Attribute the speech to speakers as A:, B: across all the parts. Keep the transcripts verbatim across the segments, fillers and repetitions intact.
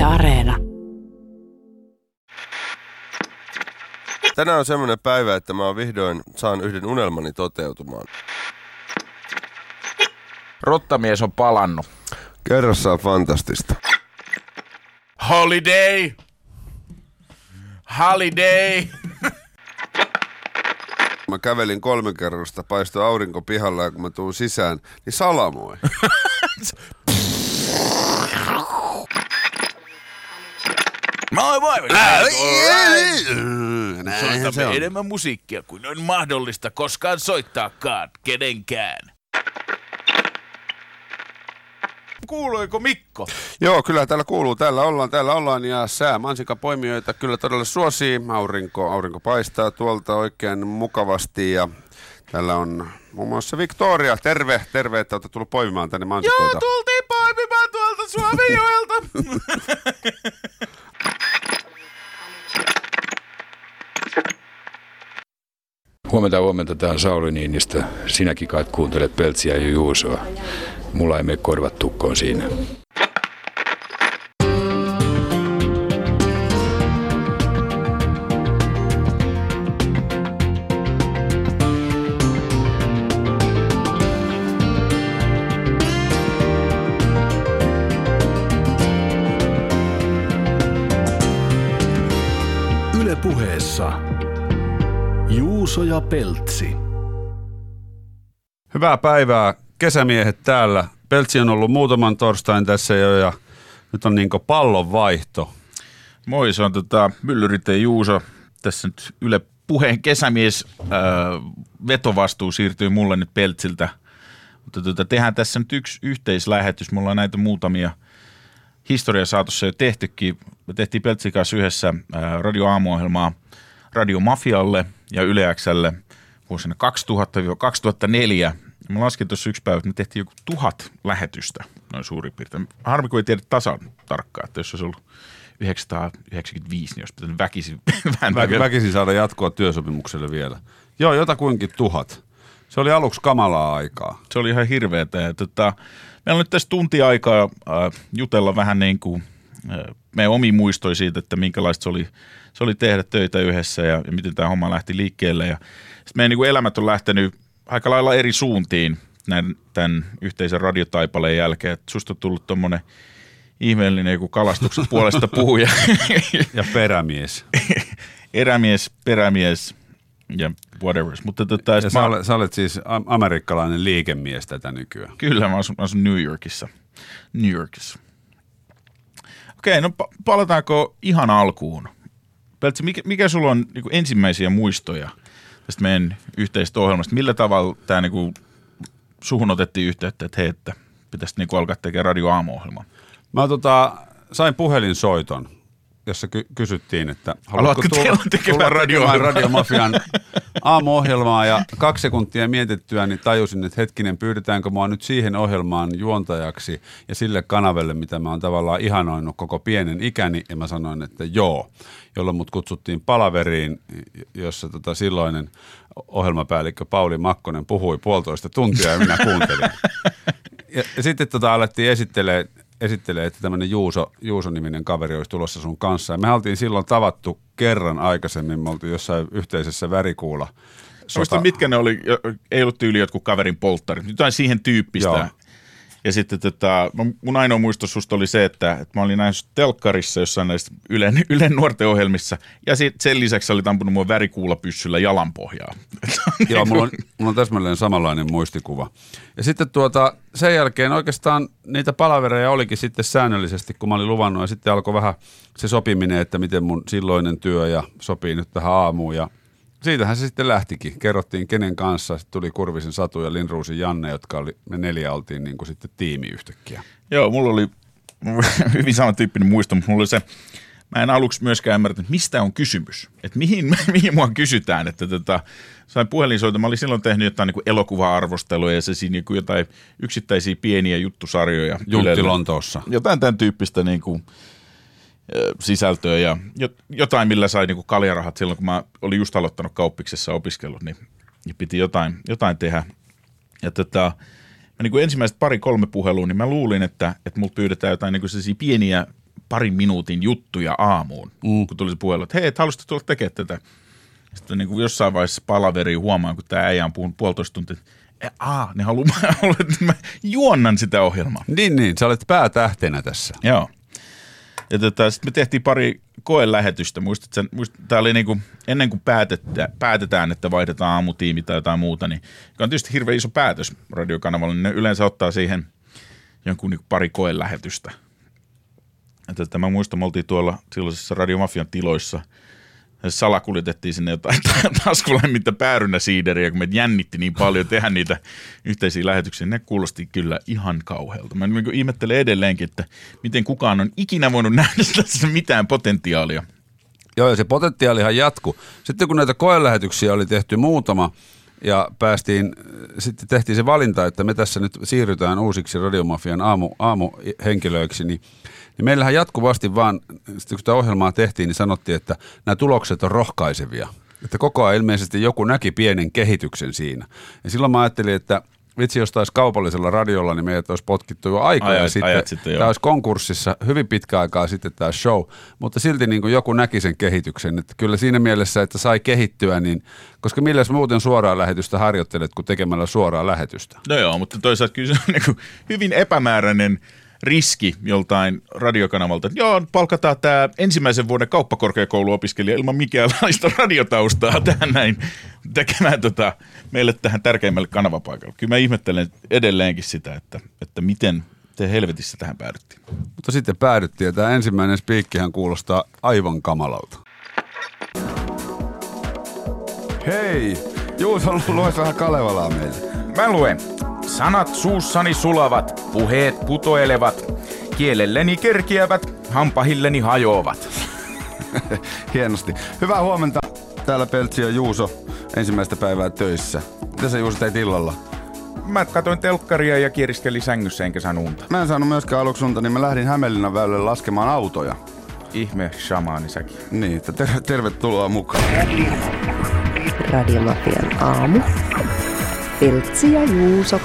A: Areena.
B: Tänään on semmoinen päivä, että mä oon vihdoin saan yhden unelmani toteutumaan.
C: Rottamies on palannut.
B: Kerrassaan fantastista.
C: Holiday! Holiday!
B: Mä kävelin kolmikerrosta, paistoi aurinko pihalla ja kun mä tuun sisään, niin salamoi.
C: Moi moi! Soitamme enemmän musiikkia kuin on mahdollista koskaan soittaakaan kenenkään. Kuuluiko Mikko?
B: Joo, kyllä täällä kuuluu. Täällä ollaan, täällä ollaan ja sää mansikkapoimijoita kyllä todella suosii. Aurinko, aurinko paistaa tuolta oikein mukavasti ja täällä on muun muassa Victoria. Terve, terve, että olette tullut poimimaan tänne mansikoita.
C: Joo, tultiin poimimaan tuolta Suomenjoelta.
D: Huomenta, huomenta. Tää on Sauli Niinistö. Sinäkin kai kuuntelet Peltsiä ja Juusoa. Mulla ei mene korvat tukkoon siinä.
E: Yle Puheessa Juuso ja Peltsi.
F: Hyvää päivää. Kesämiehet täällä. Peltsi on ollut muutaman torstain tässä jo ja nyt on niinku pallonvaihto.
C: Moi, se on tota, Myllyrit ja Juuso. Tässä nyt Yle Puheen kesämies äh, vetovastuu siirtyy mulle nyt Peltsiltä. Mutta tota, tehdään tässä nyt yksi yhteislähetys. Mulla on näitä muutamia historian saatossa jo tehtykin. Me tehtiin Peltsin kanssa yhdessä äh, radio-aamuohjelmaa Radio Mafialle ja Yle X:lle vuosina kaksituhatta kaksituhattaneljä. Mä laskin tuossa yksi päivä, että me tehtiin joku tuhat lähetystä, noin suurin piirtein. Harmi, kun ei tiedä tasan tarkkaan, että jos olisi ollut yhdeksänsataayhdeksänkymmentäviisi, niin olisi pitänyt väkisin
F: Vä- väkisin saada jatkoa työsopimukselle vielä. Joo, jotakuinkin tuhat. Se oli aluksi kamalaa aikaa.
C: Se oli ihan hirveetä. Ja tota, meillä on nyt tässä tunti aikaa äh, jutella vähän niin kuin äh, meidän omiin muistoja siitä, että minkälaista se oli, se oli tehdä töitä yhdessä ja, ja miten tämä homma lähti liikkeelle. Ja sitten meidän niin kuin elämät on lähtenyt aika lailla eri suuntiin näin, tämän yhteisen radiotaipaleen jälkeen. Että susta on tullut tommonen ihmeellinen joku kalastuksen puolesta puhuja.
F: Ja perämies.
C: Erämies, perämies ja whatever. Mutta tota,
F: ja
C: mä...
F: sä, olet, sä olet siis amerikkalainen liikemies tätä nykyään.
C: Kyllä, mä asun, mä asun New Yorkissa. New Yorkissa. Okei, no pa- palataanko ihan alkuun? Peltsi, mikä, mikä sulla on niin kuin ensimmäisiä muistoja tästä meidän yhteisestä ohjelmasta? Millä tavalla tämä niin kuin, suhun otettiin yhteyttä, että hei, että pitäisi niin kuin alkaa tekemään radio-aamu-ohjelmaa?
F: Mä tota, sain puhelinsoiton, jossa ky- kysyttiin, että haluatko tulla, tulla radio- radiomafian aamuohjelmaa ja kaksi sekuntia mietittyä, niin tajusin, että hetkinen, pyydetäänkö mua nyt siihen ohjelmaan juontajaksi ja sille kanavelle, mitä mä oon tavallaan ihanoinut koko pienen ikäni, ja mä sanoin, että joo, jolloin mut kutsuttiin palaveriin, jossa tota silloinen ohjelmapäällikkö Pauli Makkonen puhui puolitoista tuntia ja minä kuuntelin. Ja, ja sitten tota alettiin esittelee esittelee, että tämmöinen Juuso, Juuso-niminen kaveri olisi tulossa sun kanssa. Ja me oltiin silloin tavattu kerran aikaisemmin, me oltiin jossain yhteisessä värikuulla.
C: Sota... mitkä ne oli, ei ollut tyyli jotkut kaverin polttarit, jotain siihen tyyppistä. Joo. Ja sitten tota, mun ainoa muistos susta oli se, että, että mä olin näissä telkkarissa jossain näistä Ylen, Ylen nuorten ohjelmissa. Ja sit sen lisäksi olit ampunut mua värikuulapyssyllä jalanpohjaa.
F: Joo, mulla on, mulla on täsmälleen samanlainen muistikuva. Ja sitten tuota, sen jälkeen oikeastaan niitä palavereja olikin sitten säännöllisesti, kun mä olin luvannut. Ja sitten alkoi vähän se sopiminen, että miten mun silloinen työ ja sopii nyt tähän aamuun. Ja siitähän se sitten lähtikin. Kerrottiin kenen kanssa. Sitten tuli Kurvisen Satu ja Lindruusin Janne, jotka oli, me neljä oltiin niin kuin sitten tiimi yhtäkkiä.
C: Joo, mulla oli hyvin samantyyppinen muisto, mutta mulla oli se, mä en aluksi myöskään ymmärtänyt, mistä on kysymys. Että mihin, mihin mua kysytään. Että tota, sain puhelinsoita, mä olin silloin tehnyt jotain niin kuin elokuva-arvosteluja ja se siinä niin kuin jotain yksittäisiä pieniä juttusarjoja.
F: Juntti Lontoossa.
C: Jotain tämän tyyppistä niin kuin sisältöä ja jotain, millä sai niinku kaljarahat silloin, kun mä olin just aloittanut kauppiksessa opiskellut, niin, niin piti jotain, jotain tehdä. Ja tota, mä niinku ensimmäiset pari-kolme puhelua, niin mä luulin, että, että multa pyydetään jotain niinku sellaisia pieniä parin minuutin juttuja aamuun, mm. kun tuli se puhelu, että hei, et haluaisitko tulla tekemään tätä? Sitten niin kuin jossain vaiheessa palaveri huomaan, kun tämä äijä on puhunut puolitoista tuntia, että aa, ne haluaa, että mä juonnan sitä ohjelmaa.
F: Niin, niin, sä olet päätähtenä tässä.
C: Joo. Ja tota, sitten me tehtiin pari koelähetystä. Muistatko, muistat, tämä oli niin kuin, ennen kuin päätetään, päätetään, että vaihdetaan aamutiimi tai jotain muuta, niin on tietysti hirveän iso päätös radiokanavalla, niin ne yleensä ottaa siihen jonkun niin kuin pari koelähetystä. Ja tota, mä muistan, me oltiin tuolla silloisessa Radiomafian tiloissa, salakuljetettiin sinne jotain taskulämmintä päärynäsiideriä, kun me jännitti niin paljon tehdä niitä yhteisiä lähetyksiä. Ne kuulosti kyllä ihan kauhealta. Mä niin ihmettelen edelleenkin, että miten kukaan on ikinä voinut nähdä tässä mitään potentiaalia.
F: Joo, ja se potentiaalihan jatkuu. Sitten kun näitä koelähetyksiä oli tehty muutama ja päästiin, sitten tehtiin se valinta, että me tässä nyt siirrytään uusiksi Radiomafian aamu, aamuhenkilöiksi, niin niin meillähän jatkuvasti vaan, sitten kun sitä ohjelmaa tehtiin, niin sanottiin, että nämä tulokset on rohkaisevia. Että koko ajan ilmeisesti joku näki pienen kehityksen siinä. Ja silloin mä ajattelin, että vitsi, jos taisi kaupallisella radiolla, niin meidät olisi potkittu jo aikaa.
C: Ajat,
F: ja sitten,
C: ajat sitten
F: tämä olisi konkurssissa hyvin pitkä aikaa sitten tämä show. Mutta silti niin kuin joku näki sen kehityksen. Että kyllä siinä mielessä, että sai kehittyä, niin koska milläs muuten suoraa lähetystä harjoittelet kuin tekemällä suoraa lähetystä?
C: No joo, mutta toisaalta kyllä se on niin kuin hyvin epämääräinen riski joltain radiokanavalta, että joo, palkataan tämä ensimmäisen vuoden kauppakorkeakouluopiskelija ilman mikäänlaista radiotaustaa tähän näin tekemään tota, meille tähän tärkeimmälle kanavapaikalle. Kyllä mä ihmettelen edelleenkin sitä, että, että miten te helvetissä tähän päädyttiin.
F: Mutta sitten päädyttiin ja tämä ensimmäinen spiikkihän kuulostaa aivan kamalalta. Hei, Juuso, lues vähän Kalevalaa meille.
A: Mä luen. Sanat suussani sulavat, puheet putoilevat, kielelleni kerkiävät, hampahilleni hajoavat.
B: Hienosti. Hyvää huomenta. Täällä Peltsi ja Juuso ensimmäistä päivää töissä. Mitä sä Juuso teit illalla?
A: Mä katsoin telkkaria ja kieriskelin sängyssä enkä saanut unta.
B: Mä en saanut myöskään aluksi unta, niin mä lähdin Hämeenlinnan väylälle laskemaan autoja.
A: Ihme shamaani säkin.
B: Niin, ter- tervetuloa mukaan.
G: Radiomafian aamu. Peltsi ja Juuso.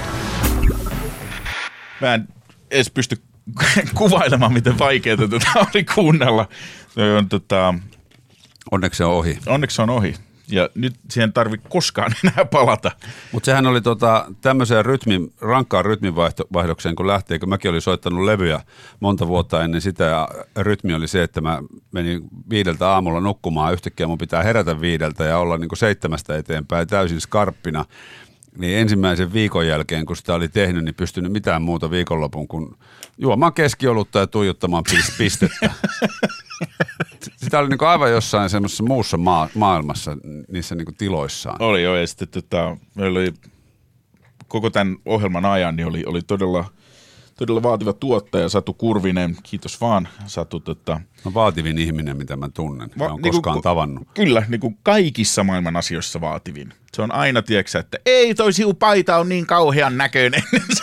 C: Mä en edes pysty kuvailemaan, miten vaikeaa tätä oli kuunnella. On, tota,
F: onneksi se on ohi.
C: Onneksi se on ohi. Ja nyt siihen tarvi koskaan enää palata.
F: Mutta sehän oli tota, tämmöiseen rytmin, rankkaan rytminvaihdokseen, kun lähtee, kun mäkin olin soittanut levyjä monta vuotta ennen sitä, ja rytmi oli se, että mä menin viideltä aamulla nukkumaan, yhtäkkiä mun pitää herätä viideltä ja olla niin kuin seitsemästä eteenpäin täysin skarppina. Niin ensimmäisen viikon jälkeen, kun sitä oli tehnyt, niin pystynyt mitään muuta viikonlopun kuin juomaan keskiolutta ja tuijottamaan pistettä. Sitä oli niinku aivan jossain semmoisessa muussa maa- maailmassa niissä niinku tiloissaan.
C: Oli jo, ja sitten tota, meillä oli koko tämän ohjelman ajan niin oli, oli todella, todella vaativa tuottaja Satu Kurvinen. Kiitos vaan, Satu. Tota,
F: no vaativin ihminen, mitä mä tunnen.
C: Va-
F: mä oon
C: niinku,
F: koskaan tavannut.
C: Kyllä, niin kuin kaikissa maailman asioissa vaativin. Se on aina, tiedätkö, että ei toi siu paita on niin kauhean näköinen.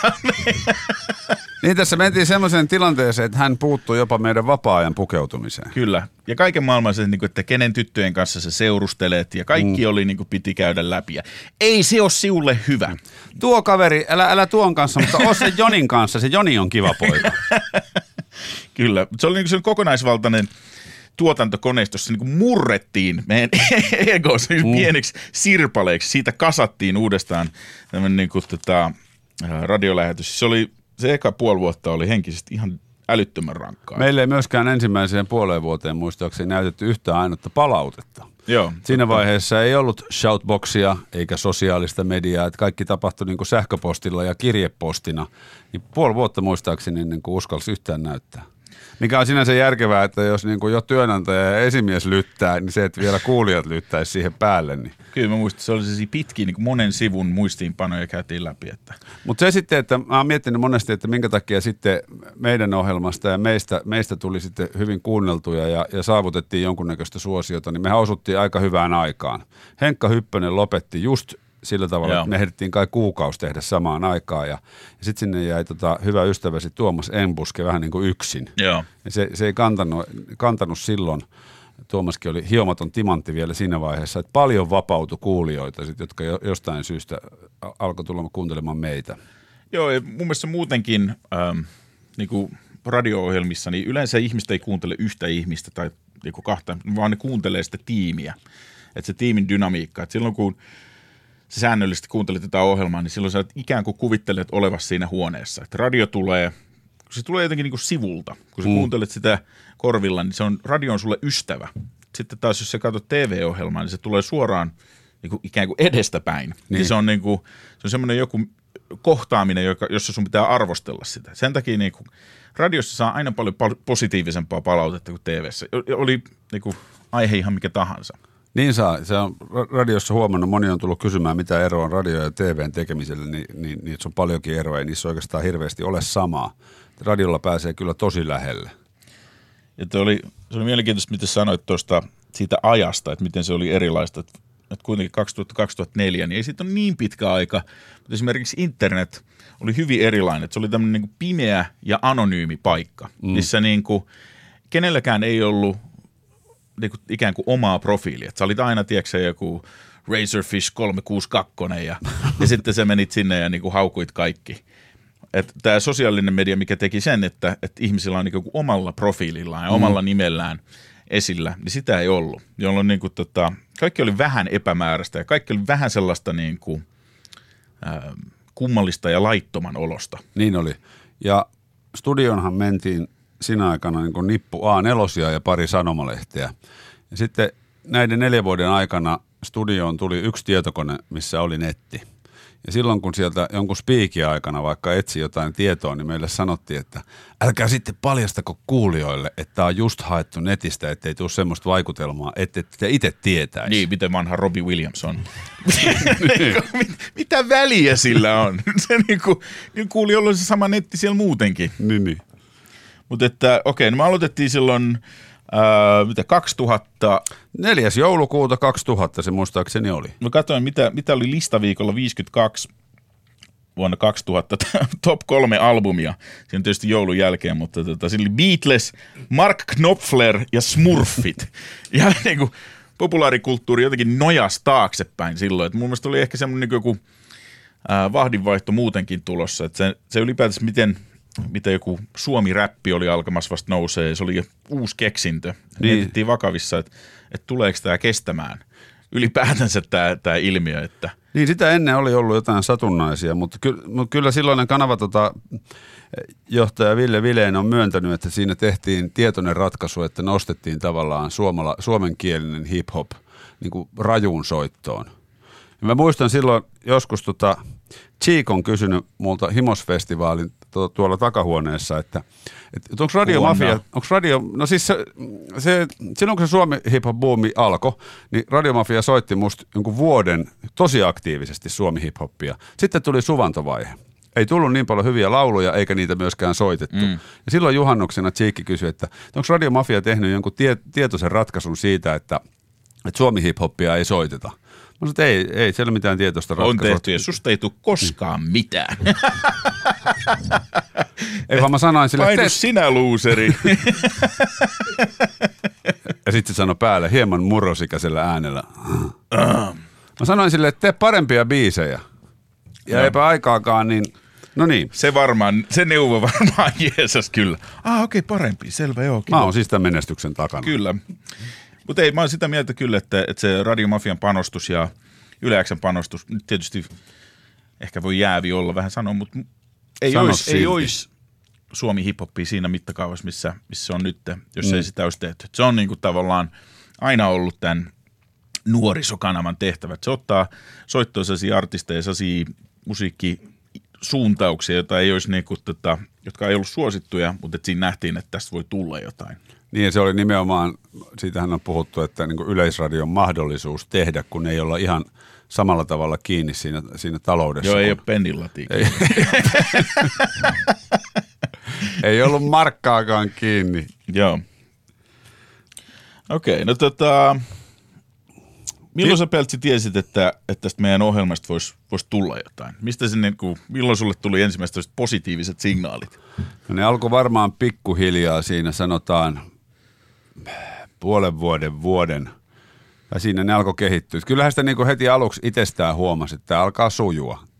F: Niin tässä mentiin semmoiseen tilanteeseen, että hän puuttui jopa meidän vapaa-ajan pukeutumiseen.
C: Kyllä. Ja kaiken maailman se, että kenen tyttöjen kanssa sä seurustelet ja kaikki mm. oli niin kuin piti käydä läpi. Ja ei se ole siulle hyvä.
F: Tuo kaveri, älä, älä tuon kanssa, mutta oo se Jonin kanssa. Se Joni on kiva poika.
C: Kyllä. Se oli niin kuin kokonaisvaltainen tuotantokoneistossa niin kuin murrettiin meidän egos mm. pieneksi sirpaleiksi. Siitä kasattiin uudestaan tämmöinen niin kuin, tota, radiolähetys. Se oli Se eka puoli vuotta oli henkisesti ihan älyttömän rankkaa.
F: Meillä ei myöskään ensimmäiseen puoleen vuoteen muistaakseni näytetty yhtään ainutta palautetta.
C: Joo,
F: Siinä totta. vaiheessa ei ollut shoutboxia eikä sosiaalista mediaa, että kaikki tapahtui niin kuin sähköpostilla ja kirjepostina. Niin puoli vuotta muistaakseni niin kuin uskalsi yhtään näyttää. Mikä on sinänsä järkevää, että jos niin kuin jo työnantaja ja esimies lyttää, niin se, että vielä kuulijat lyttäisi siihen päälle. Niin.
C: Kyllä mä muistin, että se oli sellaisia pitkiä niin kuin monen sivun muistiinpanoja käytiin läpi. Että.
F: Mutta se sitten, että mä oon miettinyt monesti, että minkä takia sitten meidän ohjelmasta ja meistä, meistä tuli sitten hyvin kuunneltuja ja, ja saavutettiin jonkunnäköistä suosiota, niin mehän osuttiin aika hyvään aikaan. Henkka Hyppönen lopetti just sillä tavalla, Joo. että me ehdittiin kai kuukausi tehdä samaan aikaan ja, ja sitten sinne jäi tota, hyvä ystäväsi Tuomas Enbuske vähän niin kuin yksin.
C: Joo.
F: Ja se, se ei kantanut, kantanut silloin. Tuomaskin oli hiomaton timantti vielä siinä vaiheessa, että paljon vapautui kuulijoita, sit, jotka jo, jostain syystä alkoi tulla kuuntelemaan meitä.
C: Joo, ja mun mielestä muutenkin ähm, niin kuin radio-ohjelmissa, niin yleensä ihmistä ei kuuntele yhtä ihmistä tai joku kahta, vaan ne kuuntelee sitä tiimiä. Että se tiimin dynamiikka. Että silloin kun sä säännöllisesti kuuntelet tätä ohjelmaa, niin silloin sä ikään kuin kuvittelet olevasi siinä huoneessa. Että radio tulee, se tulee jotenkin niin kuin sivulta. Kun sä mm. kuuntelet sitä korvilla, niin se on, radio on sulle ystävä. Sitten taas jos sä katsot T V-ohjelmaa, niin se tulee suoraan niin kuin ikään kuin edestäpäin. Niin. Se on, niin kuin, se on semmoinen joku kohtaaminen, joka, jossa sun pitää arvostella sitä. Sen takia niin kuin, radiossa saa aina paljon positiivisempaa palautetta kuin T V:ssä. Oli niin kuin, aihe ihan mikä tahansa.
F: Niin saa. Se on radiossa huomannut, moni on tullut kysymään, mitä eroa on radio- ja T V:n tekemiselle, niin, niin, niin se on paljonkin eroa, ei niissä oikeastaan hirveästi ole samaa. Radiolla pääsee kyllä tosi lähelle.
C: Että oli, se oli mielenkiintoista, miten sanoit tuosta siitä ajasta, että miten se oli erilaista. Että, että kuitenkin kaksituhatta kaksituhattaneljä, niin ei siitä ole niin pitkä aika, mutta esimerkiksi internet oli hyvin erilainen. Että se oli tämmöinen niin kuin pimeä ja anonyymi paikka, mm. missä niin kuin kenelläkään ei ollut niin kuin ikään kuin omaa profiilia. Että sä olit aina, tiedätkö joku Razorfish kolme kuusi kaksi ja, ja sitten sä menit sinne ja niin kuin haukuit kaikki. Että tämä sosiaalinen media, mikä teki sen, että, että ihmisillä on niin kuin omalla profiilillaan ja mm. omalla nimellään esillä, niin sitä ei ollut. Jolloin niin kuin tota, kaikki oli vähän epämääräistä ja kaikki oli vähän sellaista niin kuin, äh, kummallista ja laittoman olosta.
F: Niin oli. Ja studionhan mentiin siinä aikana niin kuin nippu A neljä ja pari sanomalehteä. Ja sitten näiden neljän vuoden aikana studioon tuli yksi tietokone, missä oli netti. Ja silloin kun sieltä jonkun spiikin aikana vaikka etsi jotain tietoa, niin meille sanottiin, että älkää sitten paljastako kuulijoille, että tämä on just haettu netistä, ettei tule semmoista vaikutelmaa, että te itse tietäisi.
C: Niin, miten vanha Robbie Williams on. Mit, mitä väliä sillä on? Se niin kuin, niin kuulijoilla on se sama netti siellä muutenkin.
F: Niin, niin.
C: Mutta että okei, okay, no me aloitettiin silloin Ää, mitä, kaksituhatta
F: neljäs joulukuuta kaksituhatta se muistaakseni oli.
C: Mä katsoin, mitä, mitä oli listaviikolla viisikymmentäkaksi vuonna kaksituhatta, top kolme albumia. Siinä on tietysti joulun jälkeen, mutta tota, siinä oli Beatles, Mark Knopfler ja Smurfit. Ja niin kuin populaarikulttuuri jotenkin nojasi taaksepäin silloin. Et mun mielestä oli ehkä semmoinen niin joku ää, vahdinvaihto muutenkin tulossa. Et se, se ylipäätänsä, miten... mitä joku Suomi-räppi oli alkamassa vasta nousee, se oli uusi keksintö. Niin. Mietittiin vakavissa, että, että tuleeko tämä kestämään ylipäätänsä tämä, tämä ilmiö. Että...
F: Niin, sitä ennen oli ollut jotain satunnaisia, mutta, ky, mutta kyllä silloinen kanava tota, johtaja Ville Vileen on myöntänyt, että siinä tehtiin tietoinen ratkaisu, että nostettiin tavallaan suomala, suomenkielinen hip-hop niin kuin rajuun soittoon. Ja mä muistan silloin joskus tota, Cheek on kysynyt multa Himosfestivaalin tuolla takahuoneessa, että, että onko Radio Mafia, onko radio, no siis se, se, silloin kun se Suomi hip-hop-buumi alkoi, niin Radio Mafia soitti musta jonkun vuoden tosi aktiivisesti Suomi hip-hoppia. Sitten tuli suvantovaihe. Ei tullut niin paljon hyviä lauluja, eikä niitä myöskään soitettu. Mm. Ja silloin juhannuksena Cheekki kysyi, että onko Radio Mafia tehnyt jonkun tie, tietoisen ratkaisun siitä, että, että Suomi hip-hoppia ei soiteta. Mä sanoin, että ei, ei siellä mitään tietoista ratkaisua.
C: On tehty ja susta ei tule koskaan mitään.
F: Ei vaan mä sanoin sille,
C: painu sinä luuseri.
F: Ja sitten se sanoi päälle hieman murrosikäisellä äänellä. Mä sanoin sille, että tee parempia biisejä. Ja no. Eipä aikaakaan, niin no niin.
C: Se varmaan, se neuvo varmaan Jeesus kyllä. Ah okei, okay, parempi, selvä, joo. Kiva.
F: Mä oon siis tämän menestyksen takana.
C: Kyllä. Mutta ei, mä oon sitä mieltä kyllä, että, että se Radio Mafian panostus ja Yle X:n panostus, nyt tietysti ehkä voi jäävi olla vähän sanoa, mutta ei olisi, ei olisi Suomi hip-hoppia siinä mittakaavassa, missä, missä se on nyt, jos mm. ei sitä olisi tehty. Se on niin kuin tavallaan aina ollut tämän nuorisokanavan tehtävä. Se ottaa soittoa sellaisia artisteja, sellaisia musiikkisuuntauksia, joita ei olisi niin kuin, tota, jotka ei ollut suosittuja, mutta että siinä nähtiin, että tästä voi tulla jotain.
F: Niin ja se oli nimenomaan, siitähän on puhuttu, että niin kuin Yleisradion mahdollisuus tehdä, kun ei olla ihan samalla tavalla kiinni siinä, siinä taloudessa.
C: Joo,
F: kun...
C: ei ole pennilati.
F: Ei, ei ollut markkaakaan kiinni.
C: Joo. Okei, okay, no tota, milloin sä Peltsi tiesit, että, että tästä meidän ohjelmasta voisi vois tulla jotain? Mistä se, niin kuin, milloin sulle tuli ensimmäiset positiiviset signaalit?
F: No ne alkoi varmaan pikkuhiljaa siinä sanotaan puolen vuoden vuoden. Ja siinä ne alkoi kehittyä. Kyllähän sitä niin kuin heti aluksi itsestään huomasi, että tämä alkaa sujua.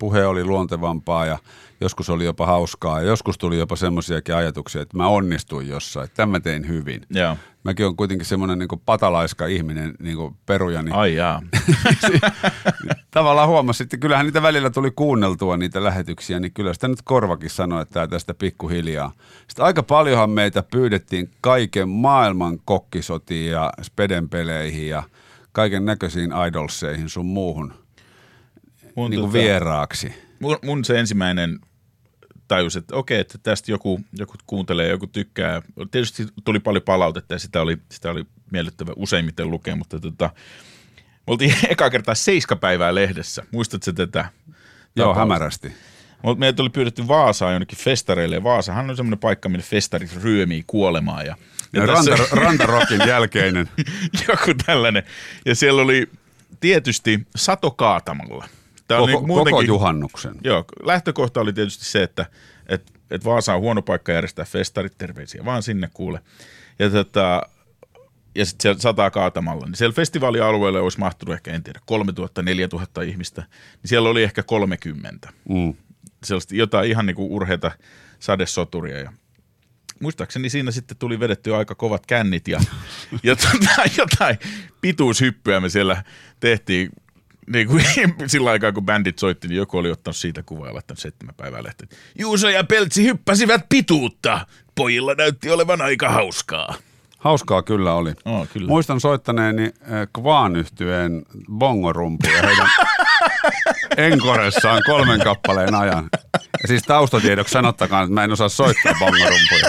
F: puhe oli luontevampaa ja joskus oli jopa hauskaa ja joskus tuli jopa semmoisiakin ajatuksia, että mä onnistuin jossain, että tämän mä tein hyvin.
C: Joo.
F: Mäkin on kuitenkin semmoinen niin kuin patalaiska ihminen, niin kuin perujani.
C: Ai jaa.
F: Tavallaan huomasin, että kyllähän niitä välillä tuli kuunneltua niitä lähetyksiä, niin kyllä sitä nyt korvakin sanoi, että tästä pikkuhiljaa. Sitten aika paljonhan meitä pyydettiin kaiken maailman kokkisotiin ja spedenpeleihin ja kaiken näköisiin idolseihin sun muuhun mun niin kuin tota, vieraaksi.
C: Mun, mun se ensimmäinen tajus, että okei, että tästä joku, joku kuuntelee, joku tykkää. Tietysti tuli paljon palautetta ja sitä oli, sitä oli miellyttävä useimmiten lukea, mutta tota, me oltiin eka kertaa seiskapäivää lehdessä. Muistatko tätä?
F: Joo,
C: tapausta?
F: Hämärästi.
C: Meitä oli pyydetty Vaasaan jonnekin festareille ja Vaasahan on semmoinen paikka, minne festarit ryömii kuolemaan. Ja, ja
F: ja
C: tässä,
F: ranta, rantarokin jälkeinen.
C: Joku tällainen. Ja siellä oli tietysti sato kaatamalla.
F: Koko, niin koko juhannuksen.
C: Joo, lähtökohta oli tietysti se, että et, et Vaasa on huono paikka järjestää festarit, terveisiä vaan sinne kuule. Ja, tota, ja sitten siellä sataa kaatamalla. Niin siellä festivaalialueelle olisi mahtunut ehkä, en tiedä, kolmetuhatta neljätuhatta ihmistä. Niin siellä oli ehkä kolmekymmentä. Mm. Sellaista jotain ihan niin kuin urheita sadesoturia. Ja muistaakseni siinä sitten tuli vedetty aika kovat kännit ja jotain, jotain pituushyppyä me siellä tehtiin. Niin kuin sillä aikaa, kun bändit soitti, niin joku oli ottanut siitä kuvaa ja laittanut seitsemän päivää lehteen. Juuso ja Peltsi hyppäsivät pituutta. Pojilla näytti olevan aika hauskaa.
F: Hauskaa kyllä oli.
C: Oh, kyllä.
F: Muistan soittaneeni Kvaan-yhtyeen bongorumpu ja heidän enkoressaan kolmen kappaleen ajan. Ja siis taustatiedoksi sanottakaan, että mä en osaa soittaa bongorumpuja.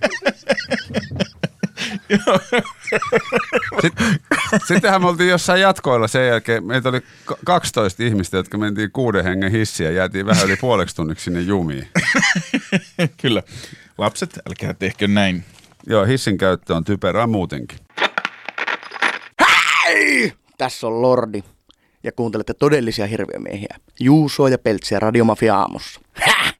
F: Sitten, sittenhän me oltiin jossain jatkoilla sen jälkeen. Meitä oli kaksitoista ihmistä, jotka mentiin kuuden hengen hissiä ja jäätiin vähän yli puoleksi tunniksi sinne jumiin.
C: Kyllä. Lapset, älkää tehkö näin.
F: Joo, hissin käyttö on typerää muutenkin.
H: Hei! Tässä on Lordi. Ja kuuntelette todellisia hirviömiehiä. Juusoa ja Peltsiä Radiomafia aamussa. Häh!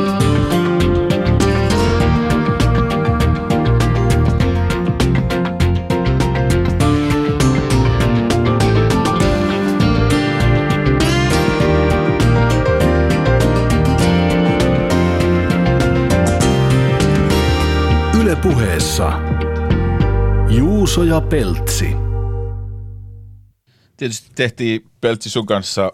E: Yle Puheessa Juuso ja Peltsi.
C: Tietysti tehtiin Peltsi sun kanssa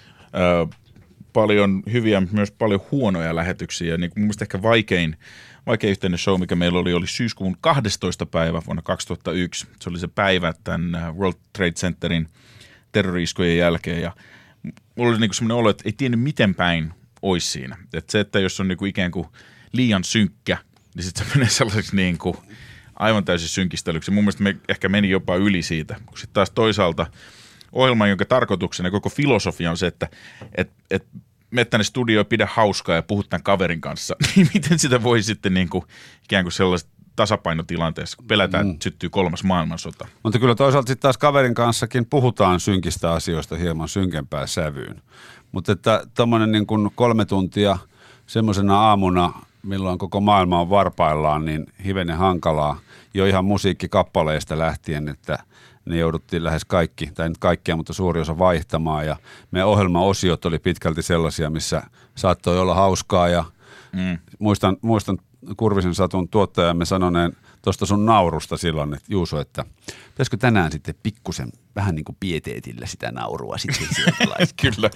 C: äh, paljon hyviä, myös paljon huonoja lähetyksiä. Niin mun mielestä ehkä vaikein, vaikein yhteinen show, mikä meillä oli, oli syyskuun kahdestoista päivä vuonna kaksituhattayksi. Se oli se päivä tämän World Trade Centerin terrori-iskujen jälkeen. Ja mulla oli niin semmoinen olo, että ei tiennyt miten päin olisi siinä. Että se, että jos on niin kuin ikään kuin liian synkkä, niin sitten se menee sellaiseksi niin kuin aivan täysin synkistelyksi. Mun mielestä me ehkä meni jopa yli siitä. Sitten taas toisaalta ohjelma, jonka tarkoituksena koko filosofia on se, että et, et mene tänne studioon, pidä hauskaa ja puhut tämän kaverin kanssa. Niin miten sitä voi sitten niin kuin, ikään kuin sellaisessa tasapainotilanteessa, kun pelätään, mm. että syttyy kolmas maailmansota.
F: Mutta kyllä toisaalta sitten taas kaverin kanssakin puhutaan synkistä asioista hieman synkempää sävyyn. Mutta että tommoinen niin kuin kolme tuntia semmoisena aamuna, milloin koko maailma on varpaillaan, niin hivenen hankalaa jo ihan musiikkikappaleista lähtien, että ne jouduttiin lähes kaikki, tai nyt kaikkia, mutta suuri osa vaihtamaan. Ja meidän ohjelmaosiot oli pitkälti sellaisia, missä saattoi olla hauskaa. Ja mm. muistan, muistan Kurvisen Satun tuottajamme sanoneen tuosta sun naurusta silloin, että Juuso, että pitäisikö tänään sitten pikkusen vähän niin kuin pieteetillä sitä naurua sitten sieltä laittaa?
C: Kyllä.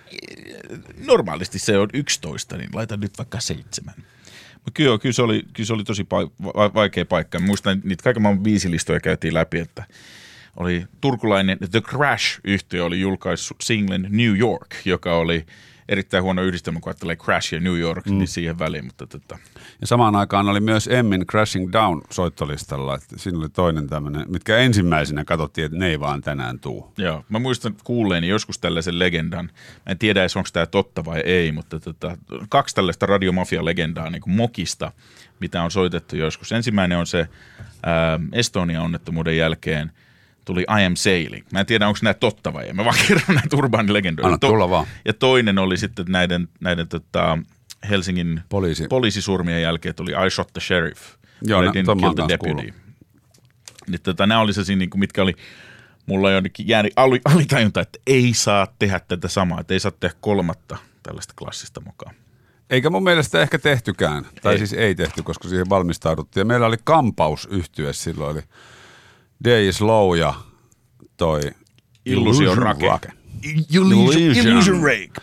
C: Normaalisti se on yksitoista, niin laita nyt vaikka seitsemän. Mutta kyllä, kyllä, se oli, kyllä se oli tosi pa- vaikea paikka. Muistan, niitä kaiken maailman viisilistoja käytiin läpi, että oli turkulainen The Crash-yhtiö oli julkaissut singlen New York, joka oli erittäin huono yhdistelmä, kun ajattelee Crash ja New York, mm. niin siihen väliin. Mutta tota.
F: Ja samaan aikaan oli myös Emmin Crashing Down soittolistalla, että siinä oli toinen tämmöinen, mitkä ensimmäisenä katsottiin, että ne ei vaan tänään tuu.
C: Joo, mä muistan kuulleeni joskus tällaisen legendan. Mä en tiedä edes, onko tämä totta vai ei, mutta tota, kaksi tällaista radiomafia-legendaa niin kuin mokista, mitä on soitettu joskus. Ensimmäinen on se ää, Estonia-onnettomuuden jälkeen tuli I Am Sailing. Mä en tiedä, onko nämä totta vai ei. Mä vaan kerron näitä urbaanilegendoja.
F: Anna tulla vaan.
C: Ja toinen oli sitten näiden, näiden tota, Helsingin
F: Poliisi.
C: poliisisurmien jälkeen, että oli I Shot the Sheriff.
F: Joo,
C: I didn't kill the deputy. Niin, tota, nämä oli sellaisia, niin kuin, mitkä oli mulla on jonnekin jäänyt alitajunta, että ei saa tehdä tätä samaa, että ei saa tehdä kolmatta tällaista klassista mukaan.
F: Eikä mun mielestä ehkä tehtykään, tai
C: ei.
F: siis ei tehty, koska siihen valmistauduttiin. Ja meillä oli kampausyhtye silloin, eli Day is Low ja toi
C: Illusion Rake.
F: Illusion,
C: Illusion Rake.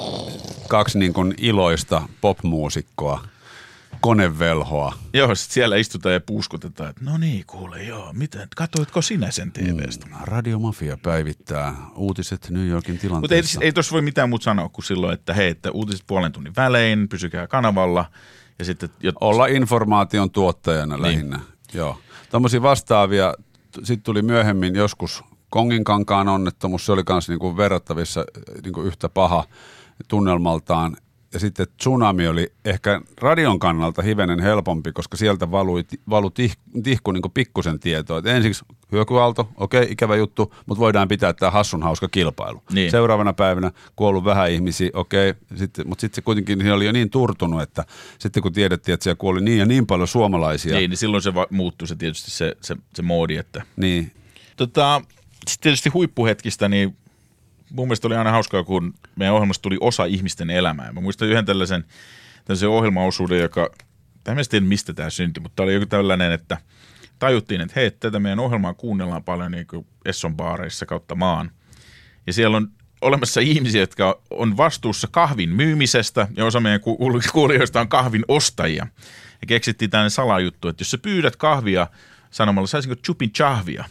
F: Kaksi niin kuin iloista popmuusikkoa, konevelhoa.
C: Joo, sit siellä istutaan ja puuskutetaan, että no niin, kuule, joo, miten, katoitko sinä sen T V:stä?
F: Mm, Radio Mafia päivittää uutiset New Yorkin tilanteessa.
C: Mutta ei, ei tuossa voi mitään muuta sanoa kuin silloin, että hei, että uutiset puolen tunnin välein, pysykää kanavalla. Ja sitten, jot...
F: Olla informaation tuottajana niin. lähinnä, joo. Tämmöisiä vastaavia, sitten tuli myöhemmin joskus Konginkankaan onnettomuus, se oli myös niinku verrattavissa niinku yhtä paha tunnelmaltaan. Ja sitten tsunami oli ehkä radion kannalta hivenen helpompi, koska sieltä valui, valui tih, tihku niin kuin pikkusen tietoa. Et ensiksi hyökyaalto, okei, ikävä juttu, mutta voidaan pitää tämä hassun hauska kilpailu. Niin. Seuraavana päivänä kuollut vähän ihmisiä, okei, sitten, mutta sitten se kuitenkin se oli jo niin turtunut, että sitten kun tiedettiin, että siellä kuoli niin ja niin paljon suomalaisia.
C: Niin, niin silloin se va- muuttui se tietysti se, se, se moodi. Että.
F: Niin.
C: Tota, sitten tietysti huippuhetkistä, niin mun mielestä oli aina hauskaa, kun meidän ohjelmasta tuli osa ihmisten elämää. Mä muistan yhden tällaisen, tällaisen ohjelmaosuuden, joka, en tiedä mistä tämä syntyi, mutta tämä oli joku tällainen, että tajuttiin, että hei, tätä meidän ohjelmaa kuunnellaan paljon niin kuin Esson baareissa kautta maan. Ja siellä on olemassa ihmisiä, jotka on vastuussa kahvin myymisestä, ja osa meidän kuulijoista on kahvin ostajia. Ja keksittiin tällainen salajuttu, että jos sä pyydät kahvia sanomalla, saisinko chupin chahvia?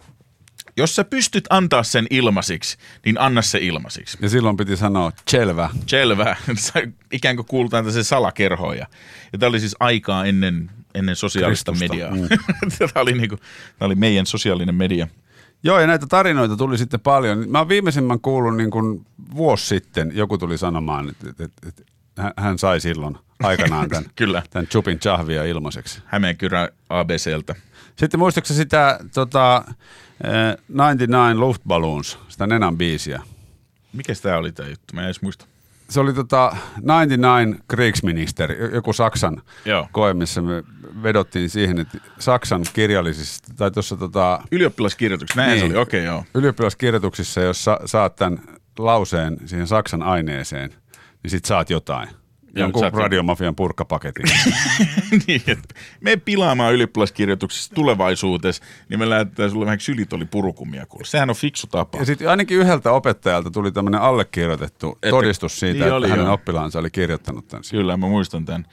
C: Jos sä pystyt antaa sen ilmaisiksi, niin anna se ilmaisiksi.
F: Ja silloin piti sanoa, selvä.
C: Selvä. Ikään kuin kuulutaan tässä salakerhoon. Ja tämä oli siis aikaa ennen, ennen sosiaalista Kristusta. mediaa. Mm. tämä, oli niinku, tämä oli meidän sosiaalinen media.
F: Joo, ja näitä tarinoita tuli sitten paljon. Mä oon viimeisimmän kuullut niin kuin vuosi sitten, joku tuli sanomaan, että, että, että, että hän sai silloin aikanaan tämän,
C: Kyllä.
F: tämän chupin chahvia ilmaiseksi.
C: Hämeenkyrä A B C:ltä.
F: Sitten muistatko sitä tota, yhdeksänkymmentäyhdeksän Luftballoons, sitä Nenan biisiä?
C: Mikäs tää oli tää juttu? Mä en edes muista.
F: Se oli tota yhdeksänkymmentäyhdeksän Kriegsminister, joku Saksan Joo. koe, missä me vedottiin siihen, että Saksan kirjallisissa, tai tuossa tota...
C: Ylioppilaskirjoituksissa, näin niin, se oli, okei okay, joo.
F: Ylioppilaskirjoituksissa, jos sa, saat tämän lauseen siihen Saksan aineeseen, niin sit saat jotain. Jonkun radiomafian purkkapaketin.
C: niin, että me pilaamaan ylioppilaskirjoituksessa tulevaisuudessa, niin me lähetetään sulle vähän ksylitolipurukumia kuule. Sehän on fiksu tapa. Ja
F: sitten ainakin yhdeltä opettajalta tuli tämmöinen allekirjoitettu että, todistus siitä, niin että oli, hänen joo. oppilaansa oli kirjoittanut tämän.
C: Kyllä, mä muistan tämän.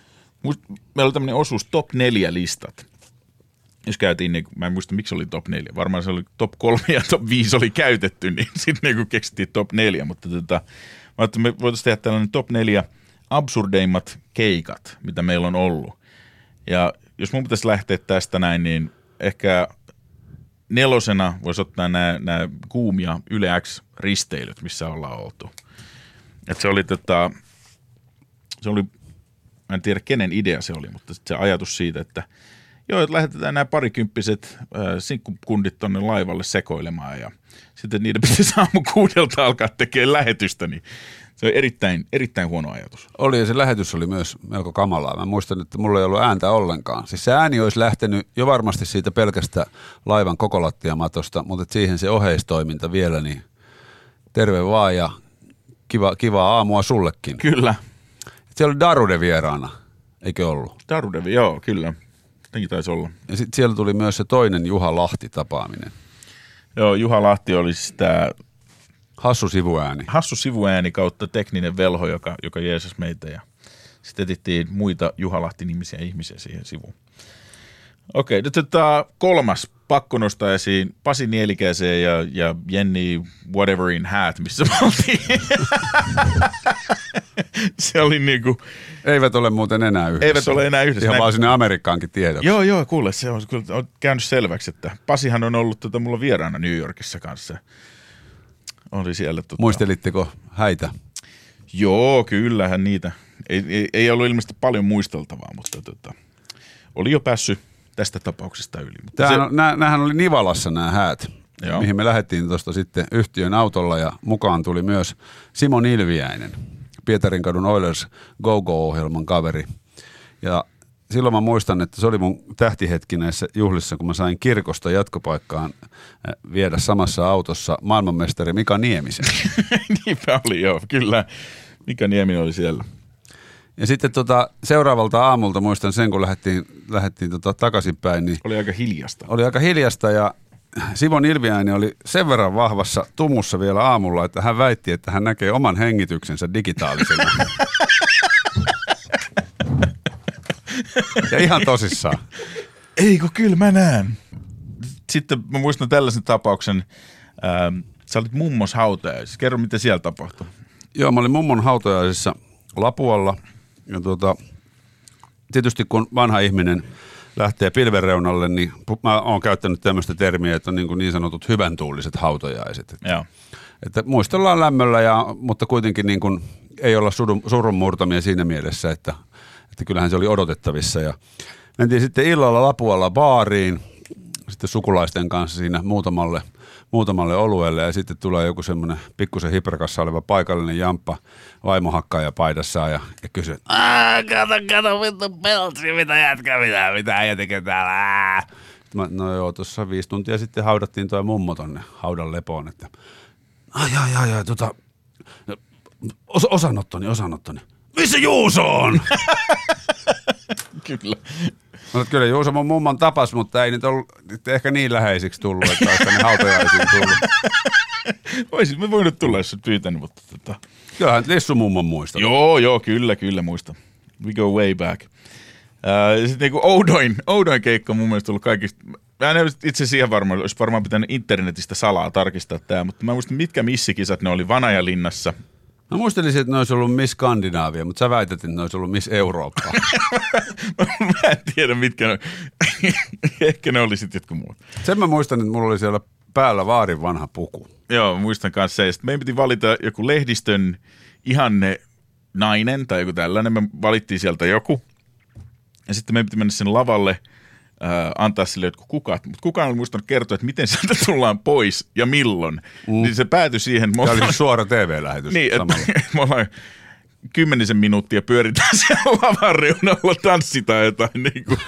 C: Meillä oli tämmöinen osuus top neljä listat. Jos käytiin, niin, mä en muista miksi oli top neljä. Varmaan se oli top kolme ja top viisi oli käytetty, niin sitten niin keksittiin top neljä. Mutta tota, mä ajattelin, me voitaisiin tehdä tällainen top neljä absurdeimmat keikat, mitä meillä on ollut. Ja jos mun pitäisi lähteä tästä näin, niin ehkä nelosena voisi ottaa nämä, nämä kuumia Yle X-risteilyt, missä ollaan oltu. Et se oli tota, se oli, mä en tiedä kenen idea se oli, mutta se ajatus siitä, että joo, että lähetetään nämä parikymppiset äh, sinkkukundit tonne laivalle sekoilemaan ja sitten niiden pitäisi aamu kuudelta alkaa tekemään lähetystä, niin se on erittäin, erittäin huono ajatus.
F: Oli ja se lähetys oli myös melko kamalaa. Mä muistan, että mulla ei ollut ääntä ollenkaan. Siis se ääni olisi lähtenyt jo varmasti siitä pelkästä laivan koko lattiamatosta, mutta siihen se oheistoiminta vielä, niin terve vaan ja kiva, kivaa aamua sullekin.
C: Kyllä.
F: Siellä oli Darude vieraana, eikö ollut?
C: Darude, joo, kyllä. Niinkin taisi olla.
F: Ja sitten siellä tuli myös se toinen Juha Lahti-tapaaminen.
C: Joo, Juha Lahti oli sitä...
F: Hassu sivuääni.
C: Hassu sivuääni kautta tekninen velho, joka, joka jeesasi meitä. Ja sitten etittiin muita Juha Lahti-nimisiä ihmisiä siihen sivuun. Okei, nyt tämä kolmas pakko nostaa esiin Pasi Nielikäisen ja, ja Jenni Whateverin hat, missä me oltiin. Se oli niinku...
F: Eivät ole muuten enää yhdessä.
C: Eivät ole enää yhdessä.
F: Ihan vaan sinne Amerikkaankin tiedoksi.
C: Joo, joo, kuule, se on, on käynyt selväksi, että Pasihan on ollut tota, mulla vieraana New Yorkissa kanssa. Oli siellä, tota...
F: Muistelitteko häitä?
C: Joo, kyllähän niitä. Ei, ei, ei ollut ilmeisesti paljon muisteltavaa, mutta tota, oli jo päässyt tästä tapauksesta yli. Mutta se...
F: on, nää, näähän oli Nivalassa nämä häät, Joo. mihin me lähdettiin tuosta sitten yhtiön autolla ja mukaan tuli myös Simo Nilviäinen, Pietarinkadun Oilers Go-Go-ohjelman kaveri. Ja silloin mä muistan, että se oli mun tähtihetki näissä juhlissa, kun mä sain kirkosta jatkopaikkaan viedä samassa autossa maailmanmestari Mika Niemisen.
C: Niinpä oli, joo, kyllä. Mika Nieminen oli siellä.
F: Ja sitten tota, seuraavalta aamulta muistan sen, kun lähdettiin, lähdettiin tota, takaisinpäin. Niin
C: oli aika hiljasta.
F: Oli aika hiljasta ja Simon Ilviäinen oli sen verran vahvassa tumussa vielä aamulla, että hän väitti, että hän näkee oman hengityksensä digitaalisena. Ja ihan tosissaan.
C: Eikö, kyllä mä näen. Sitten mä muistan tällaisen tapauksen. Ähm, sä olit mummos hautajaisissa. Kerro, mitä siellä tapahtui.
F: Joo, mä olin mummon hautajaisissa Lapualla. Ja tuota, tietysti kun vanha ihminen lähtee pilvenreunalle, niin mä oon käyttänyt tämmöistä termiä, että on niin, niin sanotut hyvän tuuliset hautajaiset. Että, että muistellaan lämmöllä, ja, mutta kuitenkin niin kuin ei olla surun, surun murtamia siinä mielessä, että, että kyllähän se oli odotettavissa. Ja mentiin sitten illalla Lapualla baariin, sitten sukulaisten kanssa siinä muutamalle, muutamalle olueelle, ja sitten tulee joku semmoinen pikkusen hiprakassa oleva paikallinen jamppa vaimohakkaaja paidassaan ja, ja kysyy, aah, kato, kato, vittu Peltsi, mitä jätkä, mitä, mitä äijä tekee täällä. Mä, no joo, tuossa viisi tuntia sitten haudattiin toi mummo tonne haudan lepoon, että ai, ai, ai, ai, tota, os, osanottoni, osanottoni. Missä Juuso on?
C: Kyllä.
F: No, kyllä Juuso mun mummon tapas, mutta ei nyt ollut ehkä niin läheisiksi tullut, että olisi tänne hautajaisiin tullut.
C: Voisin me voinut tulla, jos et pyytänyt, mutta tota.
F: Kyllähän Lissu mummon muista.
C: Joo, joo, kyllä, kyllä muista. We go way back. Äh, sitten niinku oudoin, oudoin keikka on mun mielestä ollut kaikista. Mä en itse siihen varmaan, olisi varmaan pitänyt internetistä salaa tarkistaa tää, mutta mä muistan, mitkä missikisat ne oli Vanajalinnassa.
F: Mä muistelisin, että ne olisi ollut Miss Skandinaavia, mutta sä väität, että ne olisi ollut Miss Eurooppaa.
C: Mä en tiedä, mitkä ne ehkä ne oli sitten jotkut muut.
F: Sen mä muistan, että mulla oli siellä päällä vaarin vanha puku.
C: Joo, muistan kanssa se. Sitten meidän piti valita joku lehdistön ihanne nainen tai joku tällainen. Me valittiin sieltä joku. Ja sitten meidän piti mennä sen lavalle, äh, antaa sille jotkut kukat. Mutta kukaan ei muistanut kertoa, että miten sieltä tullaan pois ja milloin. Mm. Niin se päätyi siihen.
F: Tämä oli suora T V-lähetys.
C: Niin, että me ollaan kymmenisen minuuttia pyöritään siellä lavan reunalla, tanssitaan jotain niin kuin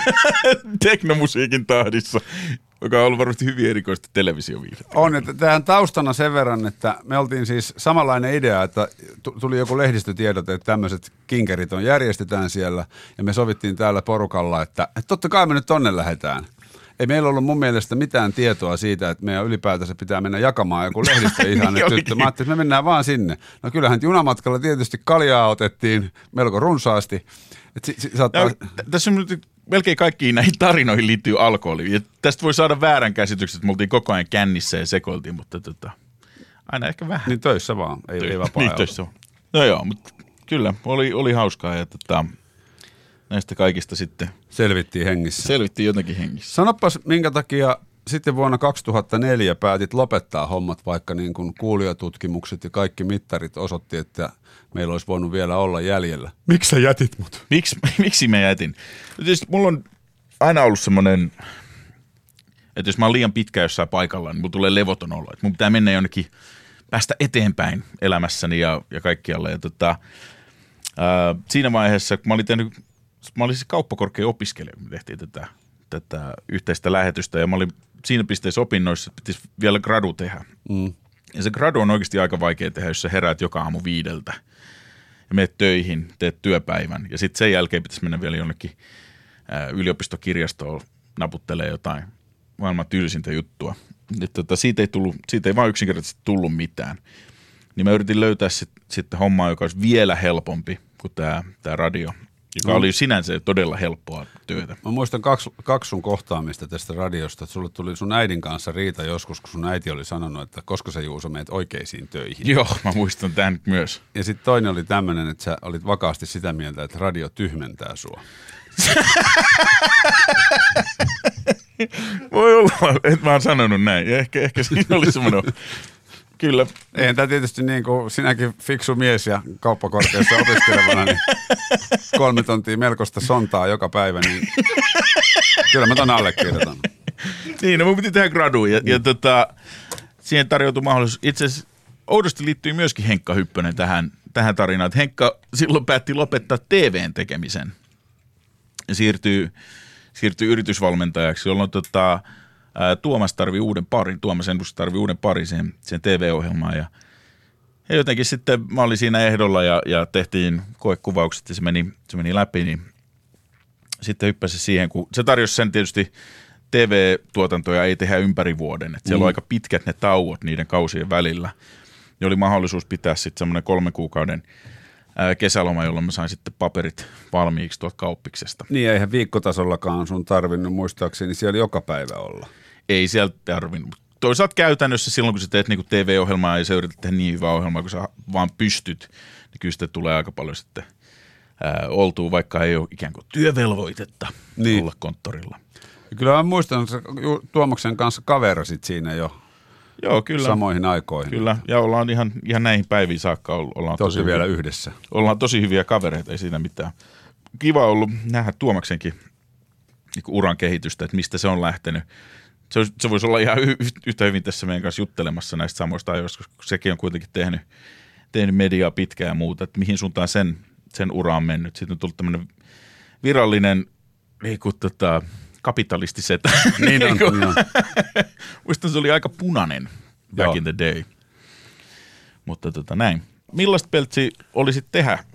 C: teknomusiikin tahdissa, joka on ollut varmasti hyvin erikoista televisioviihdettä.
F: On, että tähän taustana sen verran, että me oltiin siis samanlainen idea, että tuli joku lehdistötiedote, että tämmöiset kinkerit on, järjestetään siellä, ja me sovittiin täällä porukalla, että, että totta kai me nyt tonne lähdetään. Ei meillä ollut mun mielestä mitään tietoa siitä, että meidän ylipäätänsä pitää mennä jakamaan joku lehdistö ihan tyttö. Mä ajattelin, että me mennään vaan sinne. No kyllähän junamatkalla tietysti kaljaa otettiin melko runsaasti. Si- si- saattaa...
C: no, t- tässä on melkein kaikkiin näihin tarinoihin liittyy alkoholi. Ja tästä voi saada väärän käsityksen, että me oltiin koko ajan kännissä ja sekoiltiin, mutta tota, aina ehkä vähän.
F: Niin töissä vaan, ei,
C: Tö-
F: ei vapaa
C: niin, töissä vaan. No joo, mutta kyllä, oli, oli hauskaa ja tota, näistä kaikista sitten
F: selvittiin hengissä.
C: Selvittiin jotenkin hengissä.
F: Sanopas, minkä takia sitten vuonna kaksituhattaneljä päätit lopettaa hommat, vaikka niin kuin kuulijatutkimukset ja kaikki mittarit osoitti, että meillä olisi voinut vielä olla jäljellä. Miksi sä jätit mut?
C: Miks, miksi mä jätin? Tietysti mulla on aina ollut semmoinen, että jos mä oon liian pitkä jossain paikalla, niin mulla tulee levoton olo. Että mun pitää mennä jonnekin, päästä eteenpäin elämässäni ja, ja kaikkialla. Ja tota, ää, siinä vaiheessa, kun mä olin tehnyt, mä olin siis kauppakorkean opiskelija, kun me tehtiin tätä, tätä yhteistä lähetystä. Ja mä olin siinä pisteessä opinnoissa, että pitäisi vielä gradu tehdä. Mm. Ja se gradu on oikeasti aika vaikea tehdä, jos sä heräät joka aamu viideltä. Ja menet töihin, teet työpäivän ja sitten sen jälkeen pitäisi mennä vielä jonnekin ää, yliopistokirjastoon naputtelee jotain maailman tylsintä juttua. Et tota, siitä, ei tullut, siitä ei vaan yksinkertaisesti tullut mitään. Niin mä yritin löytää sit, sitten hommaa, joka olisi vielä helpompi kuin tämä tää radio, joka no. oli sinänsä todella helppoa työtä.
F: Mä muistan kaksi, kaksi sun kohtaamista tästä radiosta, että sulle tuli sun äidin kanssa riita joskus, kun sun äiti oli sanonut, että koska sä Juuso meet oikeisiin töihin.
C: Joo, mä muistan tämän myös.
F: Ja sitten toinen oli tämmöinen, että sä olit vakaasti sitä mieltä, että radio tyhmentää sua.
C: Voi olla, että mä oon sanonut näin. Ja ehkä, ehkä siinä oli semmoinen... Kyllä.
F: Eihän tämä tietysti niin kuin sinäkin fiksu mies ja kauppakorkeassa opiskelevana, niin kolme tontia melkoista sontaa joka päivä, niin kyllä mä ton allekirjoitan.
C: Niin, no mun piti tehdä graduun ja, mm. ja tota, siihen tarjoutui mahdollisuus. Itse asiassa oudosti liittyy myöskin Henkka Hyppönen tähän, tähän tarinaan, että Henkka silloin päätti lopettaa T V:n tekemisen. ja siirtyy, siirtyy yritysvalmentajaksi, jolloin tota, ää, Tuomas tarvii uuden parin, Tuomas Ennusti tarvii uuden parin sen, sen T V-ohjelmaan ja, ja jotenkin sitten mä olin siinä ehdolla ja, ja tehtiin koekuvaukset ja se meni, se meni läpi, niin sitten hyppäsi siihen, kun se tarjosi sen tietysti T V-tuotantoja ei tehdä ympäri vuoden, että siellä mm. on aika pitkät ne tauot niiden kausien välillä. Ja oli mahdollisuus pitää sitten semmoinen kolmen kuukauden ää, kesäloma, jolloin mä sain sitten paperit valmiiksi tuolta kauppiksesta.
F: Niin, eihän viikkotasollakaan sun tarvinnut muistaakseni siellä joka päivä olla.
C: Ei siellä tarvinnut. Toisaalta käytännössä silloin, kun sä teet niinku T V-ohjelmaa ja sä yrität tehdä niin hyvää ohjelmaa, kun sä vaan pystyt, niin kyllä sitten tulee aika paljon sitten ää, oltua, vaikka ei ole ikään kuin työvelvoitetta niin. olla konttorilla.
F: Ja kyllä mä muistan, että Tuomaksen kanssa kaverasit siinä jo.
C: Joo, kyllä.
F: Samoihin aikoihin.
C: Kyllä, ja ollaan ihan, ihan näihin päiviin saakka. Ollaan
F: tosi, tosi vielä
C: hyviä,
F: yhdessä.
C: Ollaan tosi hyviä kavereita, ei siinä mitään. Kiva ollut nähdä Tuomaksenkin niin uran kehitystä, että mistä se on lähtenyt. Se, olisi, se voisi olla ihan y- yhtä hyvin tässä meidän kanssa juttelemassa näistä samoista ajoista, koska sekin on kuitenkin tehnyt, tehnyt mediaa pitkään ja muuta, että mihin suuntaan sen, sen ura on mennyt. Sitten on tullut tämmöinen virallinen niin kuin, tota, kapitalistisetä.
F: Niin on. Niin on.
C: Muistan, se oli aika punainen back Joo. in the day. Mutta tota näin. Millaista, Peltsi, olisit tehdä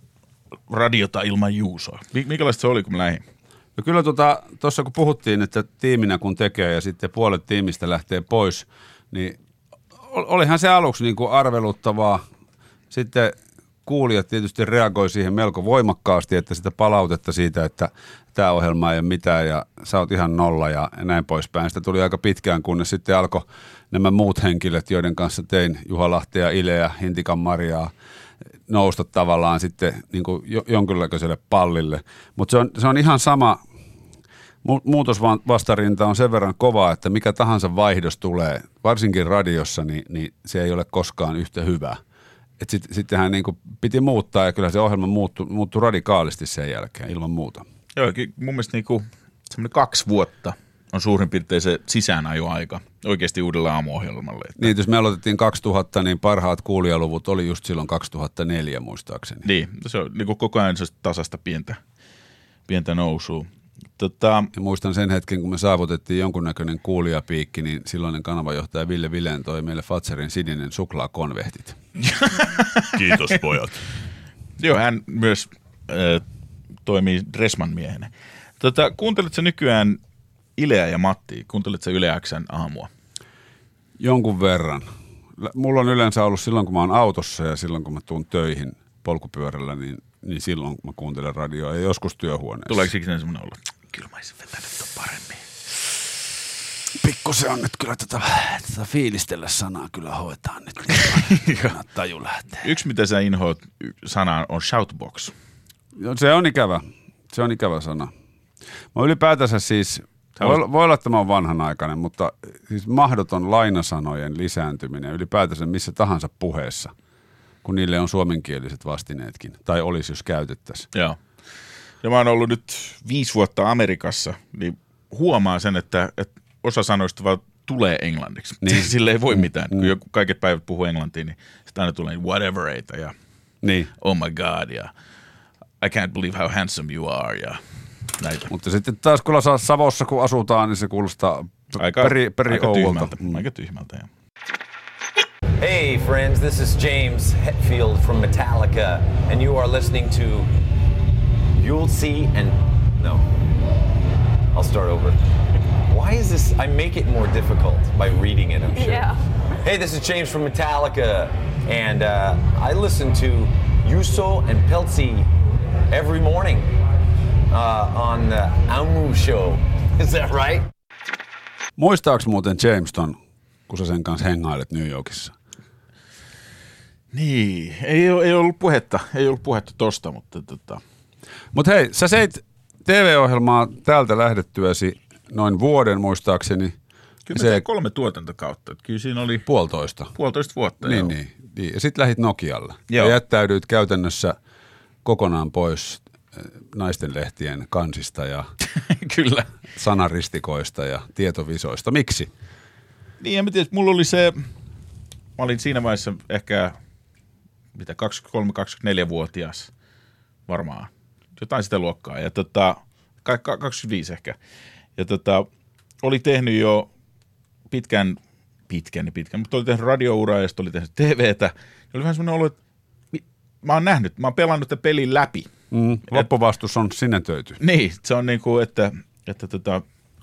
C: radiota ilman Juusoa? Minkälaista se oli, kun mä lähdin?
F: No kyllä tuossa tota, kun puhuttiin, että tiiminä kun tekee ja sitten puolet tiimistä lähtee pois, niin olihan se aluksi niin kuin arveluttavaa. Sitten kuulijat tietysti reagoi siihen melko voimakkaasti, että sitä palautetta siitä, että tämä ohjelma ei ole mitään ja sä oot ihan nolla ja näin poispäin. Sitä tuli aika pitkään, kunnes sitten alkoi nämä muut henkilöt, joiden kanssa tein Juha Lahtea, Ileä, Hintikan Mariaa, nousta tavallaan sitten niin kuin jonkinlaiselle pallille. Mutta se on, se on ihan sama, muutosvastarinta on sen verran kova, että mikä tahansa vaihdos tulee, varsinkin radiossa, niin, niin se ei ole koskaan yhtä hyvä. Sitten sittenhän niin kuin piti muuttaa ja kyllä se ohjelma muuttui, muuttui radikaalisti sen jälkeen ilman muuta.
C: Joo, mun mielestä niin kuin semmoinen kaksi vuotta on suurin piirtein se sisäänajoaika oikeasti uudelle aamuohjelmalle. Että...
F: Niin, jos me aloitettiin kaksituhatta, niin parhaat kuulijaluvut oli just silloin kaksituhattaneljä muistaakseni.
C: Niin, se on niin kuin koko ajan tasasta pientä, pientä nousua. Tota...
F: Ja muistan sen hetken, kun me saavutettiin jonkunnäköinen kuulijapiikki, niin silloinen kanavajohtaja Ville Vilen toi meille Fatserin sininen suklaakonvehtit.
C: Kiitos pojat. Joo, hän myös äh, toimii Dressman miehenä. Tota, kuunteletko nykyään Ileä ja Mattia? Kuunteletko Yle X:n aamua?
F: Jonkun verran. Mulla on yleensä ollut silloin, kun mä oon autossa ja silloin, kun mä tuun töihin polkupyörällä, niin, niin silloin mä kuuntelen radioa ja joskus työhuoneessa.
C: Tuleeko ikinä semmoinen olla? Kyllä mä olisin vetänyt ton paremmin.
F: Pikku se on nyt kyllä tätä, tätä fiilistellä sanaa kyllä hoitaan nyt. Taju lähtee.
C: Yksi, mitä sä inhoat sanaan, on shoutbox.
F: Se on ikävä. Se on ikävä sana. Mä ylipäätänsä siis, voi, voi olla, että mä oon vanhanaikainen, mutta siis mahdoton lainasanojen lisääntyminen ylipäätänsä missä tahansa puheessa, kun niille on suomenkieliset vastineetkin. Tai olisi, jos käytettäisiin.
C: Joo. Ja mä oon ollut nyt viisi vuotta Amerikassa, niin huomaa sen, että, että osa sanoista vaan tulee englanniksi. Niin. Sille ei voi mitään. Mm. Kun joku kaiket päivät puhuu englantia, niin sitten aina tulee whatever ja
F: niin.
C: Oh my god ja I can't believe how handsome you are ja näitä.
F: Mutta sitten taas kun Savossa kun asutaan, niin se kuulostaa
C: aika,
F: peri, peri
C: aika
F: ouvolta.
C: tyhmältä. Mm. Aika tyhmältä, ja.
I: Hey friends, this is James Hetfield from Metallica and you are listening to You'll See and... No. I'll start over. Why is this... I make it more difficult by reading it, I'm sure.
J: Yeah.
I: Hey, this is James from Metallica and uh, I listen to Juuso and Peltsi every morning uh, on the Aamu Show. Is that right?
F: Muistaaks muuten James ton, kun sä sen kanssa hengailet New Yorkissa?
C: Niin, ei, ei ollut puhetta, ei ollut puhetta tosta, mutta tota...
F: Mut hei, sä seit T V-ohjelmaa täältä lähdettyäsi noin vuoden muistaakseni.
C: Kyllä se kolme tuotantokautta, että kyllä siinä oli...
F: Puolitoista.
C: Puolitoista vuotta,
F: niin,
C: joo.
F: Niin, niin, ja sit lähit Nokialle.
C: Joo.
F: Ja jättäydyit käytännössä kokonaan pois naistenlehtien kansista ja
C: kyllä.
F: sanaristikoista ja tietovisoista. Miksi?
C: Niin, en mä tiedä, mulla oli se... Mä olin siinä vaiheessa ehkä... Mitä, kaksikymmentäkolme kaksikymmentäneljä-vuotias varmaan. Jotain sitä luokkaa. Ja tota, kaksikymmentäviisi ehkä. Ja tota, oli tehnyt jo pitkän, pitkän, pitkän, mutta oli tehnyt radiouraa ja sitten oli tehnyt T V:tä. Ja oli vähän semmoinen olo, että mä oon nähnyt, mä oon pelannut tämän pelin läpi.
F: Mm, loppuvastus on sinetöity.
C: Niin, se on niin kuin, että, että tota,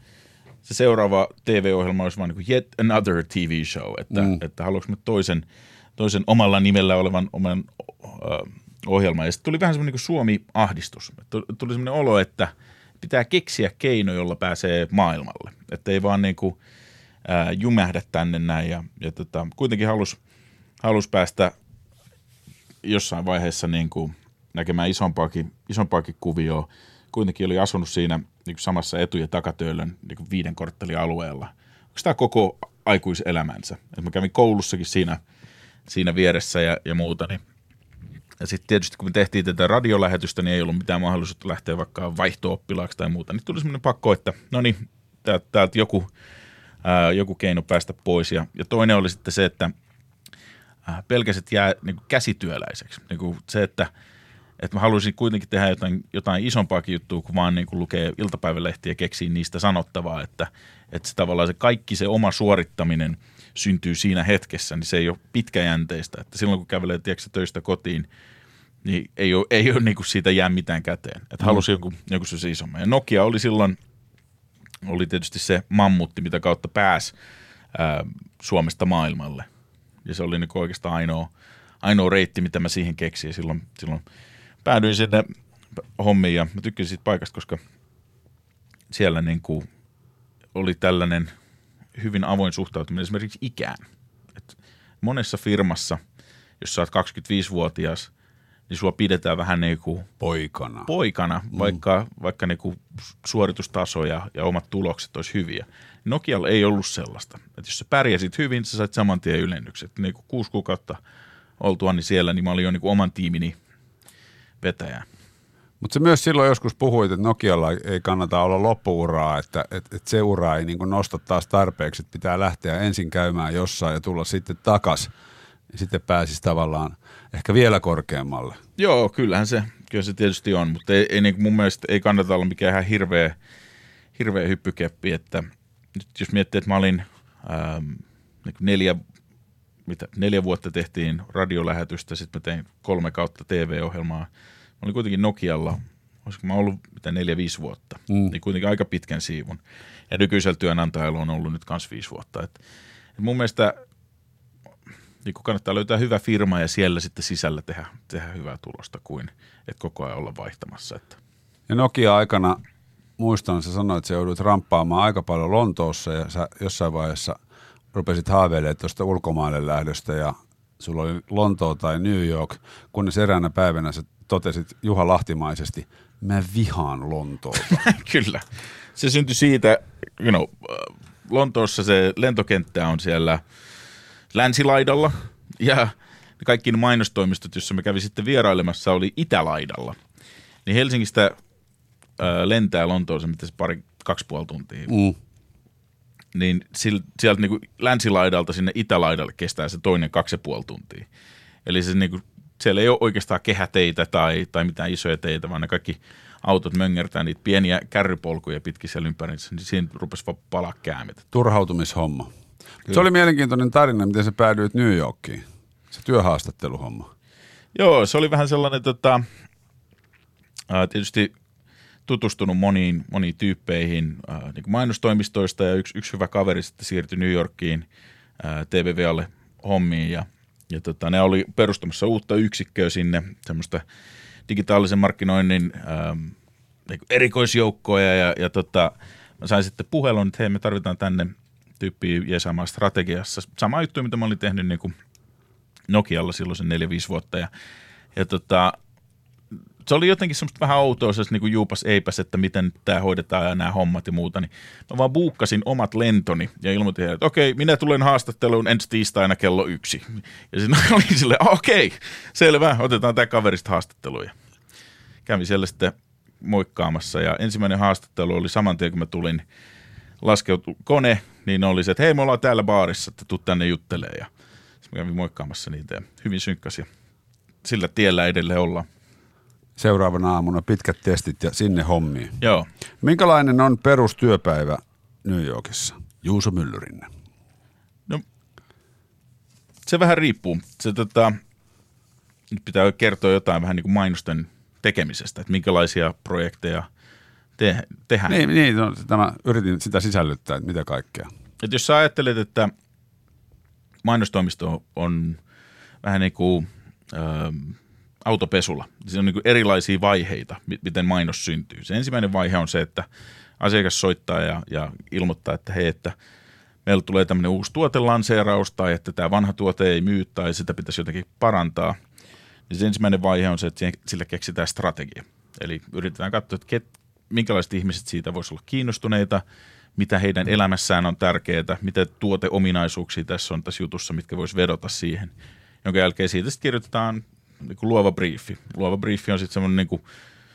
C: se seuraava T V-ohjelma olisi vaan niin kuin yet another T V show, että, mm. että haluanko mä toisen, toisen omalla nimellä olevan oman uh, ohjelman. Ja sitten tuli vähän semmoinen niin kuin Suomi-ahdistus. Tuli semmoinen olo, että pitää keksiä keino, jolla pääsee maailmalle. Että ei vaan niin kuin, uh, jumähdä tänne näin. Ja, ja tota, kuitenkin halusi halus päästä jossain vaiheessa niin kuin näkemään isompaakin, isompaakin kuvioa. Kuitenkin oli asunut siinä niin kuin samassa etu- ja takatöölön niin kuin viiden korttelin alueella. Onko tämä koko aikuiselämänsä? Et mä kävin koulussakin siinä, siinä vieressä ja, ja muuta. Niin. Ja sitten tietysti kun me tehtiin tätä radiolähetystä, niin ei ollut mitään mahdollisuutta lähteä vaikka vaihto-oppilaaksi tai muuta. Niin tuli semmoinen pakko, että no niin, täältä, täältä joku, ää, joku keino päästä pois. Ja, ja toinen oli sitten se, että ää, pelkäset jää niin kuin käsityöläiseksi. Niin kuin se, että Että mä haluaisin kuitenkin tehdä jotain, jotain isompaakin juttua, kun vaan niin kuin lukee iltapäivälehtiä ja keksii niistä sanottavaa, että, että se tavallaan se kaikki se oma suorittaminen syntyy siinä hetkessä, niin se ei ole pitkäjänteistä. Että silloin kun kävelee tiedätkö, töistä kotiin, niin ei ole, ei ole niin kuin siitä jää mitään käteen. Että halusi joku, joku se isomman. Ja Nokia oli silloin, oli tietysti se mammutti, mitä kautta pääsi ää, Suomesta maailmalle. Ja se oli niin kuin oikeastaan ainoa, ainoa reitti, mitä mä siihen keksin silloin, silloin päädyin sinne hommiin ja mä tykkäsin siitä paikasta, koska siellä niin kuin oli tällainen hyvin avoin suhtautuminen esimerkiksi ikään. Et monessa firmassa, jos sä oot kaksikymmentäviisivuotias, niin sua pidetään vähän niin kuin
F: poikana,
C: poikana mm. vaikka, vaikka niin kuin suoritustaso ja, ja omat tulokset olisi hyviä. Nokialla ei ollut sellaista. Et jos sä pärjäsit hyvin, sä sait saman tien ylennykset. Niin kuin kuusi kuukautta oltua niin siellä, niin mä olin jo niin kuin oman tiimini vetäjä.
F: Mutta se myös silloin joskus puhuit, että Nokialla ei kannata olla loppuuraa, että, että, että se ura ei niin kuin nosta taas tarpeeksi, että pitää lähteä ensin käymään jossain ja tulla sitten takaisin. Ja sitten pääsisi tavallaan ehkä vielä korkeammalle.
C: Joo, kyllähän se, kyllä se tietysti on, mutta ei, ei, niin mun mielestä ei kannata olla mikään ihan hirveä, hirveä hyppykeppi, että nyt jos miettii, että mä olin ähm, niin neljä, mitä, neljä vuotta tehtiin radiolähetystä, sitten mä tein kolme kautta T V-ohjelmaa. Mä olin kuitenkin Nokialla, olisiko mä ollut mitä neljä-viisi vuotta, mm. niin kuitenkin aika pitkän siivun. Ja nykyisellä työnantajalla on ollut nyt kans viisi vuotta. Et, et mun mielestä niin kannattaa löytää hyvä firma ja siellä sitten sisällä tehdä, tehdä hyvää tulosta kuin että koko ajan olla vaihtamassa. Että.
F: Ja Nokia-aikana, muistan, sä sanoit, että sä joudut ramppaamaan aika paljon Lontoossa ja sä jossain vaiheessa rupesit haaveilemaan tuosta ulkomaille lähdöstä ja sulla oli Lontoo tai New York, kunnes eräänä päivänä sä totesit Juha Lahtimaisesti, mä vihaan Lontoota.
C: Kyllä. Se syntyi siitä, you know, Lontoossa se lentokenttä on siellä länsilaidalla ja kaikki mainostoimistot, joissa me kävin sitten vierailemassa, oli itälaidalla. Niin Helsingistä ää, lentää Lontooseen, mitä se pari, kaksi puoli tuntia. Mm. Niin sieltä niin kuin länsilaidalta sinne itälaidalle kestää se toinen kaksi ja puoli tuntia. Eli se, niin kuin, siellä ei ole oikeastaan kehäteitä tai, tai mitään isoja teitä, vaan ne kaikki autot möngärtää niitä pieniä kärrypolkuja pitkin siellä ympärissä, niin siinä rupesi vaan palaa käämitä.
F: Turhautumishomma. Kyllä. Se oli mielenkiintoinen tarina, miten sä päädyit New Yorkiin, se työhaastatteluhomma.
C: Joo, se oli vähän sellainen, tota, ää, tietysti tutustunut moniin, moniin tyyppeihin ää, niin kuin mainostoimistoista ja yksi, yksi hyvä kaveri sitten siirtyi New Yorkiin ää, T V V:lle hommiin ja, ja tota, ne oli perustamassa uutta yksikköä sinne, semmoista digitaalisen markkinoinnin ää, niin kuin erikoisjoukkoja ja, ja tota, mä sain sitten puhelun, että hei, me tarvitaan tänne tyyppiä jeesaamaan strategiassa. Sama juttu, mitä mä olin tehnyt niin kuin Nokialla silloin sen neljä viisi vuotta ja, ja tota, se oli jotenkin semmoista vähän outoa, se niin kuin juupas eipäs, että miten tämä hoidetaan ja nämä hommat ja muuta. Niin mä vaan buukkasin omat lentoni ja ilmoitin, että okei, minä tulen haastatteluun ensi tiistaina kello yksi. Ja siinä oli silleen, okei, selvä, otetaan tämä kaverista haastatteluja. Kävin siellä sitten moikkaamassa ja ensimmäinen haastattelu oli saman tien, kun mä tulin laskeutu kone, niin oli se, että hei, me ollaan täällä baarissa, että tuu tänne juttelee. Ja sitten mä kävin moikkaamassa niitä ja hyvin synkkäsi. Sillä tiellä edelleen ollaan.
F: seuraavana aamuna pitkät testit ja sinne hommiin.
C: Joo.
F: Minkälainen on perustyöpäivä New Yorkissa? Juuso Myllyrinne.
C: No, se vähän riippuu. Se, tota, nyt pitää kertoa jotain vähän niin kuin mainosten tekemisestä, että minkälaisia projekteja te, tehdään.
F: Niin, niin no, tämä, yritin sitä sisällyttää, että mitä kaikkea.
C: Et jos sä ajattelet, että mainostoimisto on vähän niin kuin ö, autopesulla. Siinä on niin kuin erilaisia vaiheita, miten mainos syntyy. Se ensimmäinen vaihe on se, että asiakas soittaa ja, ja ilmoittaa, että hei, että meillä tulee tämmöinen uusi tuotelanseeraus tai että tämä vanha tuote ei myy tai sitä pitäisi jotenkin parantaa. Ja se ensimmäinen vaihe on se, että sillä keksitään strategia. Eli yritetään katsoa, että ket, minkälaiset ihmiset siitä voisi olla kiinnostuneita, mitä heidän elämässään on tärkeää, mitä tuoteominaisuuksia tässä on tässä jutussa, mitkä voisi vedota siihen. Jonka jälkeen siitä sitten kirjoitetaan niin kuin luova briefi. Luova briefi on sitten semmoinen niin kuin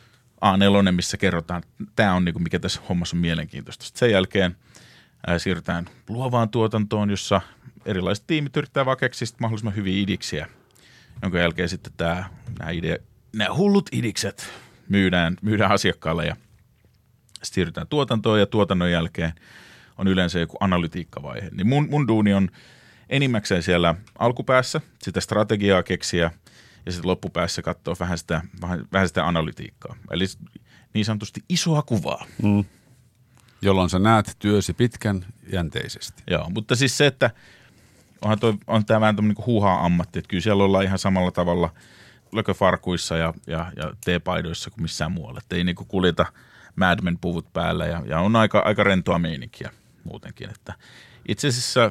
C: A neljä, missä kerrotaan, että tämä on niin kuin mikä tässä hommassa on mielenkiintoista. Sitten sen jälkeen ää, siirrytään luovaan tuotantoon, jossa erilaiset tiimit yrittää vaan keksiä mahdollisimman hyviä idiksiä, jonka jälkeen sitten tämä, nämä, idea, nämä hullut idikset myydään, myydään asiakkaalle ja sitten siirrytään tuotantoon ja tuotannon jälkeen on yleensä joku analytiikkavaihe. Niin mun, mun duuni on enimmäkseen siellä alkupäässä sitä strategiaa keksiä ja sitten loppupäässä katsoa vähän sitä, vähän, vähän sitä analytiikkaa. Eli niin sanotusti isoa kuvaa.
F: Mm. Jolloin sä näet työsi pitkän jänteisesti.
C: Joo, mutta siis se, että onhan toi, on tämä vähän tämmöinen niin huuhaa ammatti, että kyllä siellä ollaan ihan samalla tavalla lököfarkuissa ja, ja, ja teepaidoissa kuin missään muualla. Että ei niinku kuljeta Mad Men-puvut päällä ja, ja on aika, aika rentoa meininkiä muutenkin. Että itse asiassa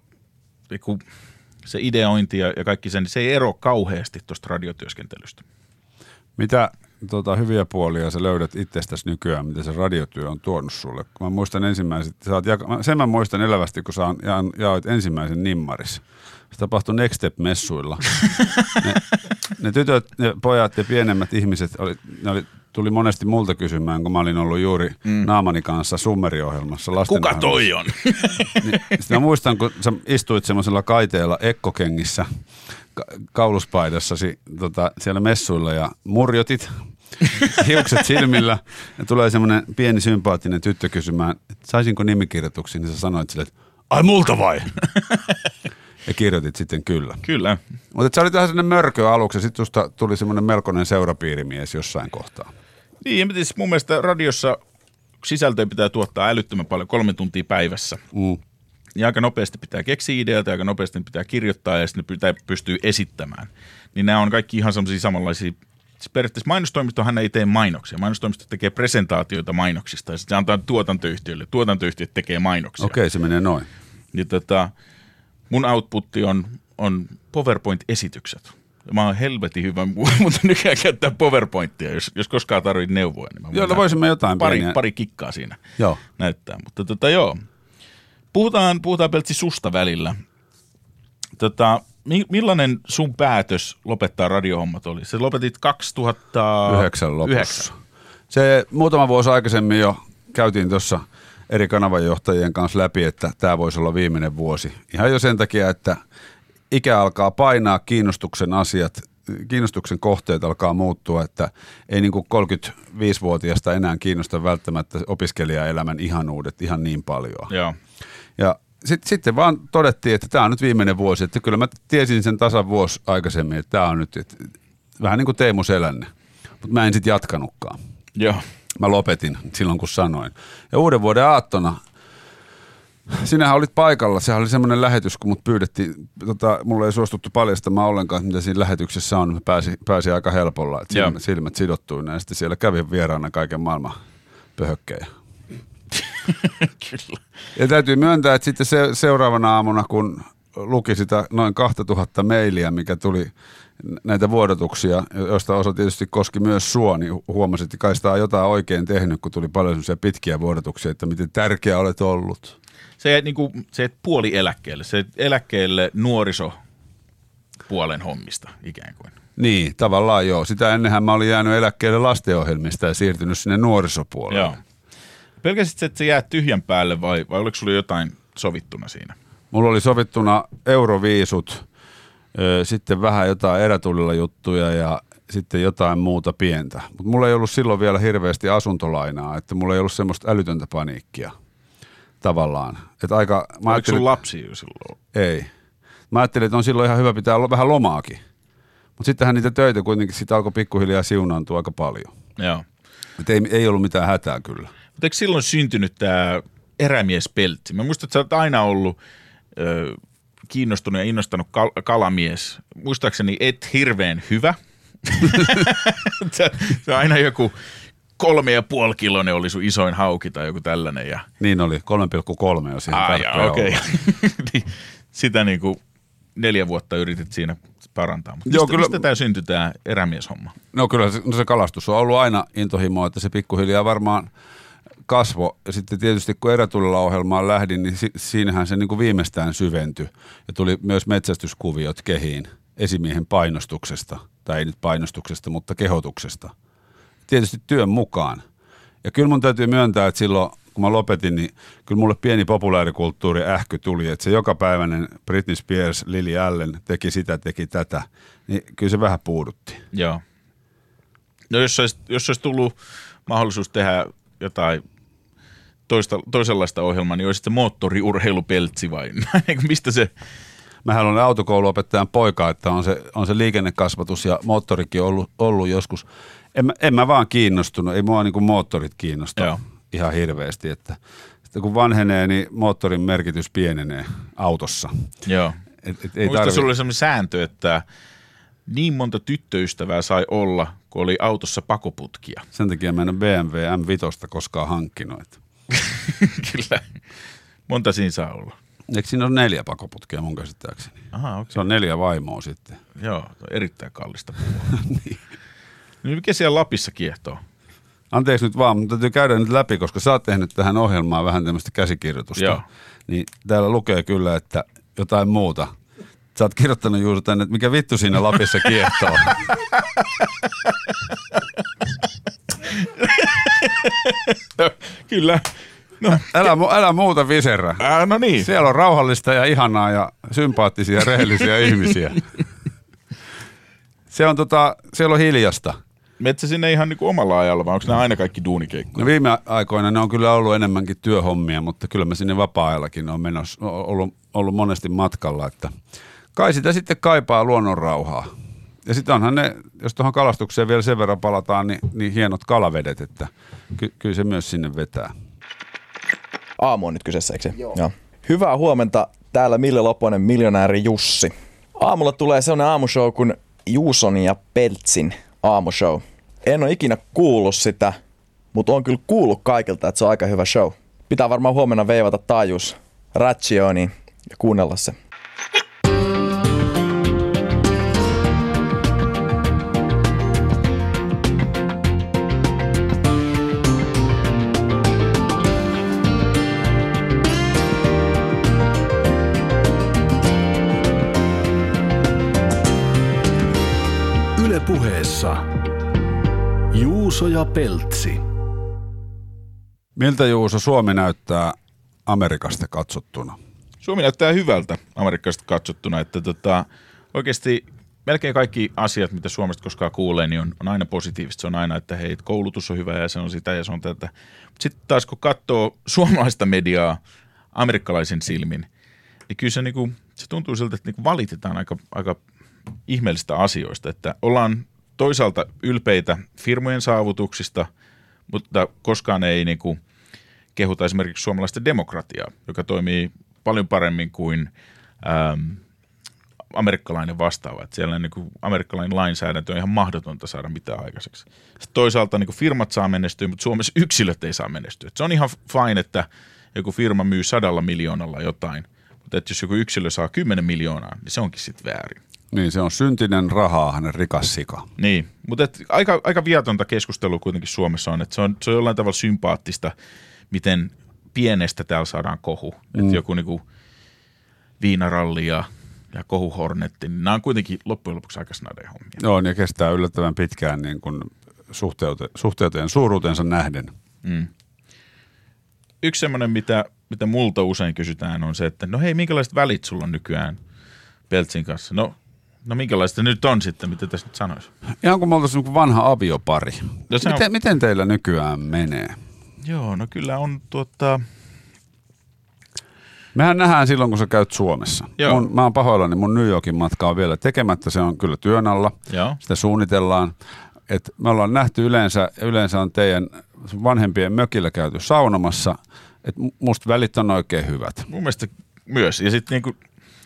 C: niinku, se ideointi ja, ja kaikki sen, niin se ei ero kauheasti tuosta radiotyöskentelystä.
F: Mitä tota, hyviä puolia sä löydät itsestäsi nykyään, mitä se radiotyö on tuonut sulle? Mä muistan ensimmäiset, sä oot jaka- sen mä muistan elävästi, kun sä ja, jaoit ensimmäisen nimmaris. Se tapahtui Next Step-messuilla. ne, ne tytöt, ne pojat ja pienemmät ihmiset, oli, ne oli, tuli monesti multa kysymään, kun mä olin ollut juuri mm. naamani kanssa summeriohjelmassa.
C: Kuka toi on?
F: niin, sitten mä muistan, kun sä istuit semmoisella kaiteella ekkokengissä, ka- kauluspaidassa tota, siellä messuilla ja murjotit, hiukset silmillä. Ja tulee semmoinen pieni sympaattinen tyttö kysymään, että saisinko nimikirjoituksia, niin sä sanoit sille, että ai multa vai? Ja kirjoitit sitten kyllä.
C: Kyllä.
F: Mutta sä olit vähän sellainen mörkö aluksi ja sitten susta tuli semmoinen melkoinen seurapiirimies jossain kohtaa.
C: Niin, ja mun mielestä radiossa sisältöä pitää tuottaa älyttömän paljon, kolme tuntia päivässä.
F: Mm.
C: Ja aika nopeasti pitää keksiä ideoita, aika nopeasti pitää kirjoittaa ja sitten ne pitää pystyy esittämään. Niin nämä on kaikki ihan semmoisia samanlaisia. Siis periaatteessa mainostoimistohan ei tee mainoksia. Mainostoimisto tekee presentaatioita mainoksista ja sitten se antaa tuotantoyhtiöille. Tuotantoyhtiöt tekee mainoksia.
F: Okei, se menee noin.
C: Niin tota, mun outputti on, on PowerPoint-esitykset. Mä oon helvetin hyvä, mutta nykyään käyttää PowerPointia, jos, jos koskaan tarvitset neuvoa. Niin
F: joo, no voisimme jotain
C: pari,
F: pieniä.
C: pari kikkaa siinä
F: joo.
C: näyttää. Mutta tota joo, puhutaan, puhutaan Peltsi susta välillä. Tota, millainen sun päätös lopettaa radiohommat oli? Se lopetit kaksituhattayhdeksän
F: lopussa. Se muutama vuosi aikaisemmin jo käytiin tuossa eri kanavanjohtajien kanssa läpi, että tämä voisi olla viimeinen vuosi. Ihan jo sen takia, että ikä alkaa painaa, kiinnostuksen asiat, kiinnostuksen kohteet alkaa muuttua, että ei niin kuin kolmekymmentäviisivuotiaasta enää kiinnosta välttämättä opiskelijaelämän ihanuudet ihan niin paljon.
C: Joo.
F: Ja sitten sit vaan todettiin, että tämä on nyt viimeinen vuosi, että kyllä mä tiesin sen tasan vuosi aikaisemmin, että tämä on nyt että vähän niin kuin Teemu Selänne, mutta mä en sitten jatkanutkaan.
C: Joo.
F: Mä lopetin silloin, kun sanoin. Ja uuden vuoden aattona, sinähän olit paikalla, sehän oli semmoinen lähetys, kun mut pyydettiin, tota, mulle ei suostuttu paljastamaan ollenkaan, mitä siinä lähetyksessä on, pääsi, pääsi aika helpolla, että silmät, silmät sidottuina ja sitten siellä kävi vieraana kaiken maailman pöhökkejä.
C: Kyllä.
F: Ja täytyy myöntää, että sitten se, seuraavana aamuna, kun luki sitä noin kaksituhatta mailia, mikä tuli näitä vuodotuksia, joista osa tietysti koski myös sua, niin huomasit, että kai sitä on jotain oikein tehnyt, kun tuli paljon sellaisia pitkiä vuodotuksia, että miten tärkeä olet ollut.
C: Se, niin kuin, se puoli eläkkeelle, se eläkkeelle nuorisopuolen hommista ikään kuin.
F: Niin, tavallaan joo. Sitä ennenhän mä olin jäänyt eläkkeelle lastenohjelmista ja siirtynyt sinne nuorisopuolelle.
C: Joo. Pelkäsit se, että se jää tyhjän päälle vai, vai oliko sulla jotain sovittuna siinä?
F: Mulla oli sovittuna euroviisut, sitten vähän jotain erätullilla juttuja ja sitten jotain muuta pientä. Mutta mulla ei ollut silloin vielä hirveästi asuntolainaa, että mulla ei ollut semmoista älytöntä paniikkia tavallaan. Että aika, mä
C: Oliko sun lapsi jo silloin?
F: Ei. Mä ajattelin, että on silloin ihan hyvä pitää olla vähän lomaakin. Mutta sittenhän niitä töitä kuitenkin sitä alkoi pikkuhiljaa siunaantua aika paljon.
C: Joo.
F: Mutta ei, ei ollut mitään hätää kyllä.
C: Mutta eikö silloin syntynyt tämä erämiespeltsi? Mä muistan, että sä oot aina ollut ö, kiinnostunut ja innostanut kal- kalamies. Muistaakseni et hirveän hyvä. se, se on aina joku kolme ja puoli kiloinen oli sun isoin hauki tai joku tällainen. Ja...
F: Niin oli, kolme pilkku kolme on siihen tarpeen
C: okei. Okay. Sitä niin kuin neljä vuotta yritit siinä parantaa. Mutta
F: Joo,
C: mistä,
F: kyllä...
C: mistä tämä syntyi tämä erämieshomma?
F: No kyllä se, no se kalastus on ollut aina intohimoa, että se pikkuhiljaa varmaan kasvo. Ja sitten tietysti kun erätulella ohjelmaan lähdin, niin si- siinähän se niin kuin viimeistään syventyi. Ja tuli myös metsästyskuviot kehiin esimiehen painostuksesta. Tai ei nyt painostuksesta, mutta kehotuksesta. Tietysti työn mukaan. Ja kyllä mun täytyy myöntää, että silloin kun mä lopetin, niin kyllä mulle pieni populaarikulttuuri ähky tuli. Että se jokapäiväinen Britney Spears, Lily Allen teki sitä, teki tätä. Niin kyllä se vähän puudutti.
C: Joo. No jos olisi, jos olisi tullut mahdollisuus tehdä jotain toista, toisenlaista ohjelmaa, niin olisi se moottoriurheilupeltsi vai mistä se?
F: Mähän olen autokouluopettajan poika, että on se, on se liikennekasvatus ja moottorikin ollut, ollut joskus. En, en mä vaan kiinnostunut, ei mua niin kuin moottorit kiinnosta Joo. ihan hirveästi. Että, että kun vanhenee, niin moottorin merkitys pienenee autossa.
C: Joo.
F: Et, et ei
C: Muista
F: tarvi...
C: sulla oli sellainen sääntö, että niin monta tyttöystävää sai olla, kun oli autossa pakoputkia.
F: Sen takia mä en ole B M W M viisi koskaan hankkinut.
C: Kyllä. Monta siinä saa olla?
F: Eikö siinä ole neljä pakoputkia mun käsittääkseni?
C: Aha, okay.
F: Se on neljä vaimoa sitten.
C: Joo, erittäin kallista. niin. Niin mikä siellä Lapissa kiehtoo?
F: Anteeksi nyt vaan, mutta täytyy käydä nyt läpi, koska sä oot tehnyt tähän ohjelmaan vähän tämmöistä käsikirjoitusta.
C: Joo.
F: Niin täällä lukee kyllä, että jotain muuta. Sä oot kirjoittanut juuri tänne, että mikä vittu siinä Lapissa kiehtoo.
C: no, kyllä. No,
F: älä, älä muuta viserä.
C: Ää, no niin.
F: Siellä on rauhallista ja ihanaa ja sympaattisia ja rehellisiä ihmisiä. Se on tota, siellä on hiljasta.
C: Metsä sinne ihan niin kuin omalla ajalla, vai onko nämä aina kaikki duunikeikkoja?
F: No viime aikoina ne on kyllä ollut enemmänkin työhommia, mutta kyllä mä sinne vapaa-ajallakin on menossa, ollut, ollut monesti matkalla, että kai sitä sitten kaipaa luonnon rauhaa. Ja sitten onhan ne, jos tuohon kalastukseen vielä sen verran palataan, niin, niin hienot kalavedet, että ky, kyllä se myös sinne vetää.
J: Aamu on nyt kyseessä, eikö se? Joo. Joo. Hyvää huomenta, täällä Mille Loponen, miljonääri Jussi. Aamulla tulee sellainen aamushow kuin Juuson ja Peltsin aamushow. En ole ikinä kuullut sitä, mutta on kyllä kuullut kaikilta, että se on aika hyvä show. Pitää varmaan huomenna veivata taajuus Ratchioniin ja kuunnella se.
E: Yle Puheessa Juuso ja Peltsi.
F: Miltä, Juuso, Suomi näyttää Amerikasta katsottuna?
C: Suomi näyttää hyvältä Amerikasta katsottuna, että tota, oikeasti melkein kaikki asiat, mitä Suomesta koskaan kuulee, niin on, on aina positiivista. Se on aina, että hei, koulutus on hyvä ja se on sitä ja se on tätä. Sitten taas kun katsoo suomalaista mediaa amerikkalaisen silmin, niin kyllä se, niinku, se tuntuu siltä, että niinku valitetaan aika, aika ihmeellisistä asioista, että ollaan toisaalta ylpeitä firmojen saavutuksista, mutta koskaan ei niinku kehuta esimerkiksi suomalaista demokratiaa, joka toimii paljon paremmin kuin ähm, amerikkalainen vastaava. Että siellä niinku amerikkalainen lainsäädäntö on ihan mahdotonta saada mitään aikaiseksi. Sitten toisaalta niinku firmat saa menestyä, mutta Suomessa yksilöt ei saa menestyä. Et se on ihan fine, että joku firma myy sadalla miljoonalla jotain, mutta että jos joku yksilö saa kymmenen miljoonaa, niin se onkin sitten väärin.
F: Niin, se on syntinen rahaa, hänen rikas sika.
C: Niin, mutta aika, aika viatonta keskustelua kuitenkin Suomessa on, että se on, se on jollain tavalla sympaattista, miten pienestä täällä saadaan kohu. Mm. Että joku niinku viinaralli ja, ja kohuhornetti, niin nämä on kuitenkin loppujen lopuksi aika snadeja hommia.
F: Joo, ja kestää yllättävän pitkään niin kuin suhteute, suhteuteen suuruutensa nähden.
C: Mm. Yksi semmoinen, mitä, mitä multa usein kysytään, on se, että no hei, minkälaiset välit sulla on nykyään Peltsin kanssa? No, No minkälaista nyt on sitten, mitä tässä nyt sanoisi?
F: Ihan kuin me oltaisiin niin vanha aviopari.
C: No
F: miten, on... miten teillä nykyään menee?
C: Joo, no kyllä on tuota...
F: Mehän nähdään silloin, kun sä käyt Suomessa. Mun, mä oon pahoillani, mun New Yorkin matka on vielä tekemättä, se on kyllä työn alla.
C: Joo.
F: Sitä suunnitellaan. Et me ollaan nähty yleensä, yleensä on teidän vanhempien mökillä käyty saunomassa, että musta välit on oikein hyvät.
C: Mun mielestä myös. Ja sitten niinku,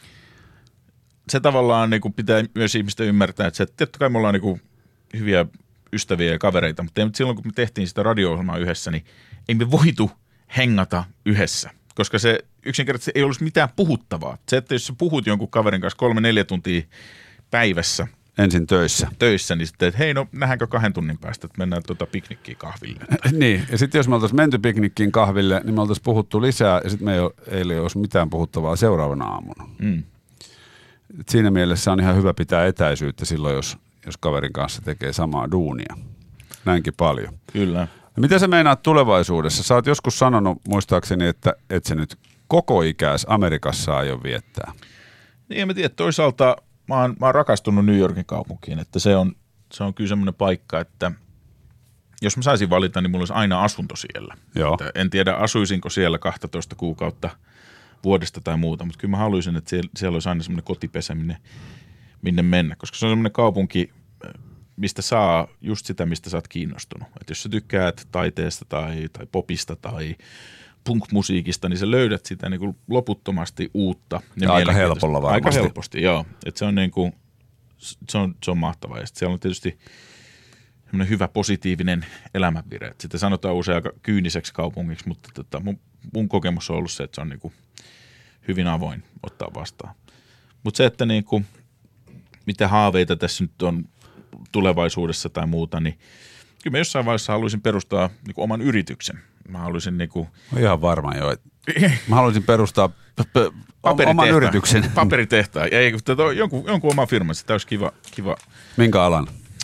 C: se tavallaan niinku pitää myös ihmistä ymmärtää, että se, totta kai me ollaan niinku hyviä ystäviä ja kavereita, mutta silloin kun me tehtiin sitä radio-ohjelmaa yhdessä, niin ei me voitu hengata yhdessä, koska se yksinkertaisesti ei olisi mitään puhuttavaa. Se, että jos sä puhut jonkun kaverin kanssa kolme, neljä tuntia päivässä,
F: ensin töissä.
C: Töissä, niin sitten, että hei, no nähdäänkö kahden tunnin päästä, että mennään tuota piknikkiin kahville.
F: Niin, ja sitten jos me oltaisiin menty piknikkiin kahville, niin me oltaisiin puhuttu lisää, ja sitten me ei, ole, ei olisi mitään puhuttavaa seuraavana aamuna. Mm. Et siinä mielessä on ihan hyvä pitää etäisyyttä silloin, jos, jos kaverin kanssa tekee samaa duunia. Näinkin paljon.
C: Kyllä.
F: Ja mitä sä meinaat tulevaisuudessa? Sä oot joskus sanonut, muistaakseni, että et sä nyt koko ikäis Amerikassa aion viettää.
C: Niin, en mä tiedä. Toisaalta mä oon, mä oon rakastunut New Yorkin kaupunkiin, että se on, se on kyllä semmoinen paikka, että jos mä saisin valita, niin mulla olisi aina asunto siellä. Että en tiedä, asuisinko siellä kaksitoista kuukautta vuodesta tai muuta, mutta kyllä mä haluaisin, että siellä, siellä olisi aina semmoinen kotipesä, minne, minne mennä, koska se on semmoinen kaupunki, mistä saa just sitä, mistä sä oot kiinnostunut. Että jos sä tykkäät taiteesta tai, tai popista tai punk-musiikista, niin sä löydät sitä niin kuin loputtomasti uutta. Ja,
F: ja aika helpolla varmasti.
C: Aika helposti, joo. Että se on niin kuin, se on, se on mahtavaa. Ja sitten siellä on tietysti semmoinen hyvä positiivinen elämänvire. Et sitä sanotaan usein aika kyyniseksi kaupungiksi, mutta tota, mun, mun kokemus on ollut se, että se on niin kuin hyvin avoin ottaa vastaan. Mutta se, että niin kuin, mitä haaveita tässä nyt on tulevaisuudessa tai muuta, niin kyllä mä jossain vaiheessa haluaisin perustaa niin kuin oman yrityksen. Mä haluaisin niin kuin...
F: Ihan varma jo. Mä haluaisin perustaa p- p- oman yrityksen.
C: Paperitehtaan. Ei, jonkun, jonkun oman firman. Sitä olisi kiva, kiva.
F: Minkä alan?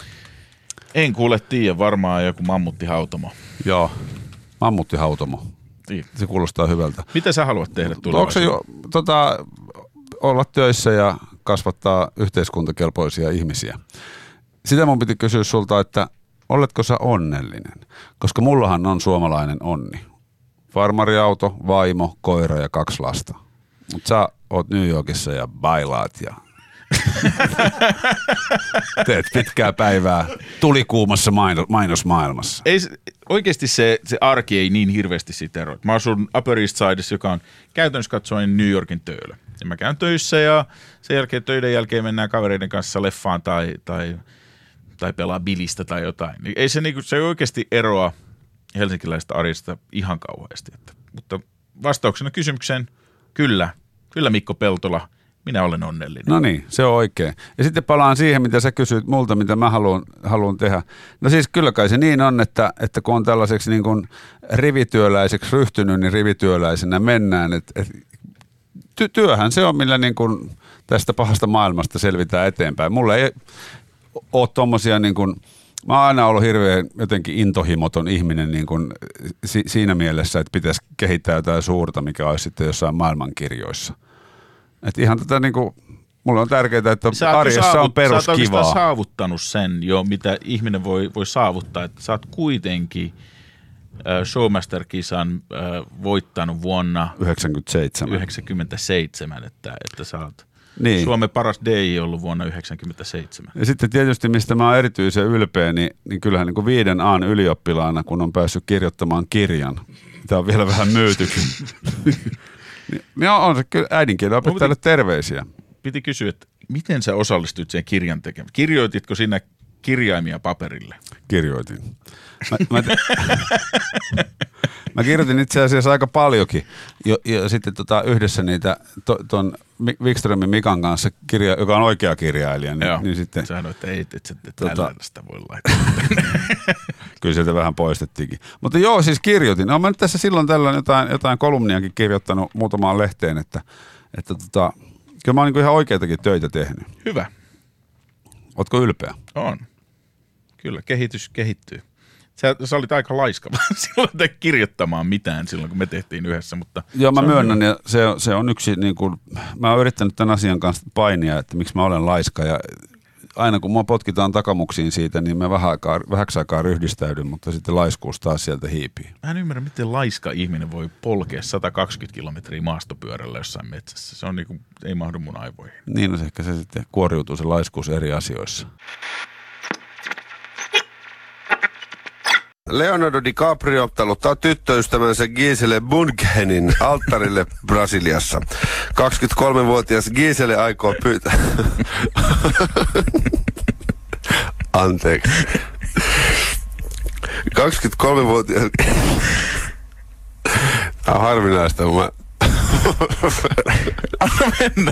C: En kuule tiedä. Varmaan joku mammuttihautomo.
F: Joo, mammuttihautomo.
C: Niin.
F: Se kuulostaa hyvältä.
C: Mitä sä haluat tehdä tulevaisuudessa?
F: Onko se jo, tota, olla töissä ja kasvattaa yhteiskuntakelpoisia ihmisiä? Sitä mun piti kysyä sulta, että oletko sä onnellinen? Koska mullahan on suomalainen onni. Farmariauto, vaimo, koira ja kaksi lasta. Mutta sä oot New Yorkissa ja bailaat ja teet pitkää päivää tulikuumassa mainosmaailmassa.
C: Ei, oikeasti se, se arki ei niin hirveästi siitä ero. Mä asun Upper East Sidessa, joka on käytännössä katsoen New Yorkin töölö. Ja mä käyn töissä ja sen jälkeen töiden jälkeen mennään kavereiden kanssa leffaan tai... tai tai pelaa bilistä tai jotain. Ei se, niinku, se ei oikeasti eroa helsinkiläistä arjesta ihan kauheasti. Että, mutta vastauksena kysymykseen, kyllä, kyllä Mikko Peltola, minä olen onnellinen.
F: No niin, se on oikein. Ja sitten palaan siihen, mitä sä kysyit multa, mitä mä haluan, haluan tehdä. No siis kyllä kai se niin on, että, että kun on tällaiseksi niin kuin rivityöläiseksi ryhtynyt, niin rivityöläisenä mennään. Et, et, ty, työhän se on, millä niin kuin tästä pahasta maailmasta selvitään eteenpäin. Mulla ei ole tommosia niin kuin, mä oon aina ollut hirveän jotenkin intohimoton ihminen niin kuin si, siinä mielessä, että pitäisi kehittää jotain suurta, mikä olisi sitten jossain maailmankirjoissa. Että ihan tätä niin kuin, mulle on tärkeää, että sä arjessa saavut, on peruskivaa.
C: Sä oot saavuttanut sen jo, mitä ihminen voi, voi saavuttaa, että sä oot kuitenkin äh, Showmaster-kisan äh, voittanut vuonna
F: yhdeksänkymmentäseitsemän,
C: yhdeksänkymmentäseitsemän että, että sä oot
F: niin.
C: Suomen paras D J ollut vuonna yhdeksänkymmentäseitsemän.
F: Ja sitten tietysti, mistä mä oon erityisen ylpeä, niin, niin kyllähän niin kuin viiden A:n ylioppilaana, kun on päässyt kirjoittamaan kirjan, tämä on vielä vähän myytykin. niin on se kyllä äidinkielen opettajalle terveisiä.
C: Piti kysyä, että miten sä osallistuit siihen kirjan tekemiseen? Kirjoititko sinä kirjaimia paperille?
F: Kirjoitin. Mä, mä, te... mä kirjoitin itse asiassa aika paljonkin jo, ja sitten tota yhdessä niitä to, ton Wikströmin Mikan kanssa, kirja, joka on oikea kirjailija. Niin, niin sitten,
C: sä sanoit, että ei, et, et, et, tota, sitä voi laittaa.
F: Kyllä sieltä vähän poistettiinkin. Mutta joo, siis kirjoitin. Olen mä nyt tässä silloin tällöin jotain, jotain kolumniakin kirjoittanut muutamaan lehteen, että, että tota, kyllä mä oon niin ihan oikeitakin töitä tehnyt.
C: Hyvä.
F: Ootko ylpeä?
C: On. Kyllä, kehitys kehittyy. Sä, sä olit aika laiska silloin te kirjoittamaan mitään silloin, kun me tehtiin yhdessä. Mutta
F: joo, mä myönnän, ja se, se on yksi, niin kuin, mä oon yrittänyt tämän asian kanssa painia, että miksi mä olen laiska, ja aina kun mua potkitaan takamuksiin siitä, niin mä vähän aikaa, vähäksi aikaa ryhdistäydyn, mutta sitten laiskuus taas sieltä hiipii.
C: Mä en ymmärrä, miten laiska ihminen voi polkea sata kaksikymmentä kilometriä maastopyörällä jossain metsässä. Se on niin kuin, ei mahdu mun aivoihin.
F: Niin, no ehkä se sitten kuoriutuu se laiskuus eri asioissa.
B: Leonardo DiCaprio taluttaa tyttöystävänsä Gisele Bundchenin alttarille Brasiliassa. kaksikymmentäkolmevuotias Gisele aikoo pyytää... Anteeksi. kaksikymmentäkolmevuotias... Tämä on harvinaista, kun mä...
C: Anna mennä.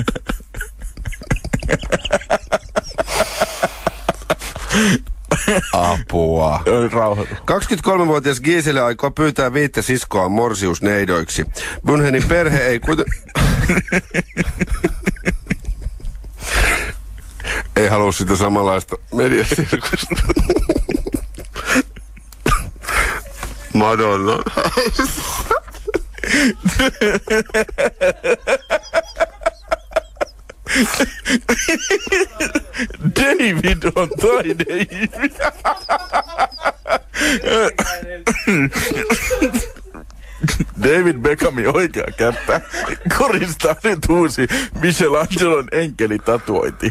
B: Apua. kaksikymmentäkolmevuotias Gisele aikoo pyytää viittä siskoa morsiusneidoiksi. Bundchenin perhe ei kuiten... ei halua sitä samanlaista mediasirkusta. Madonna.
C: David on taide. David Beckhamin oikea käppä koristaa nyt uusi Michelangelon enkelitatuointi.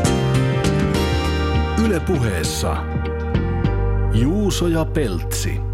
E: Yle Puheessa Juuso ja Peltsi.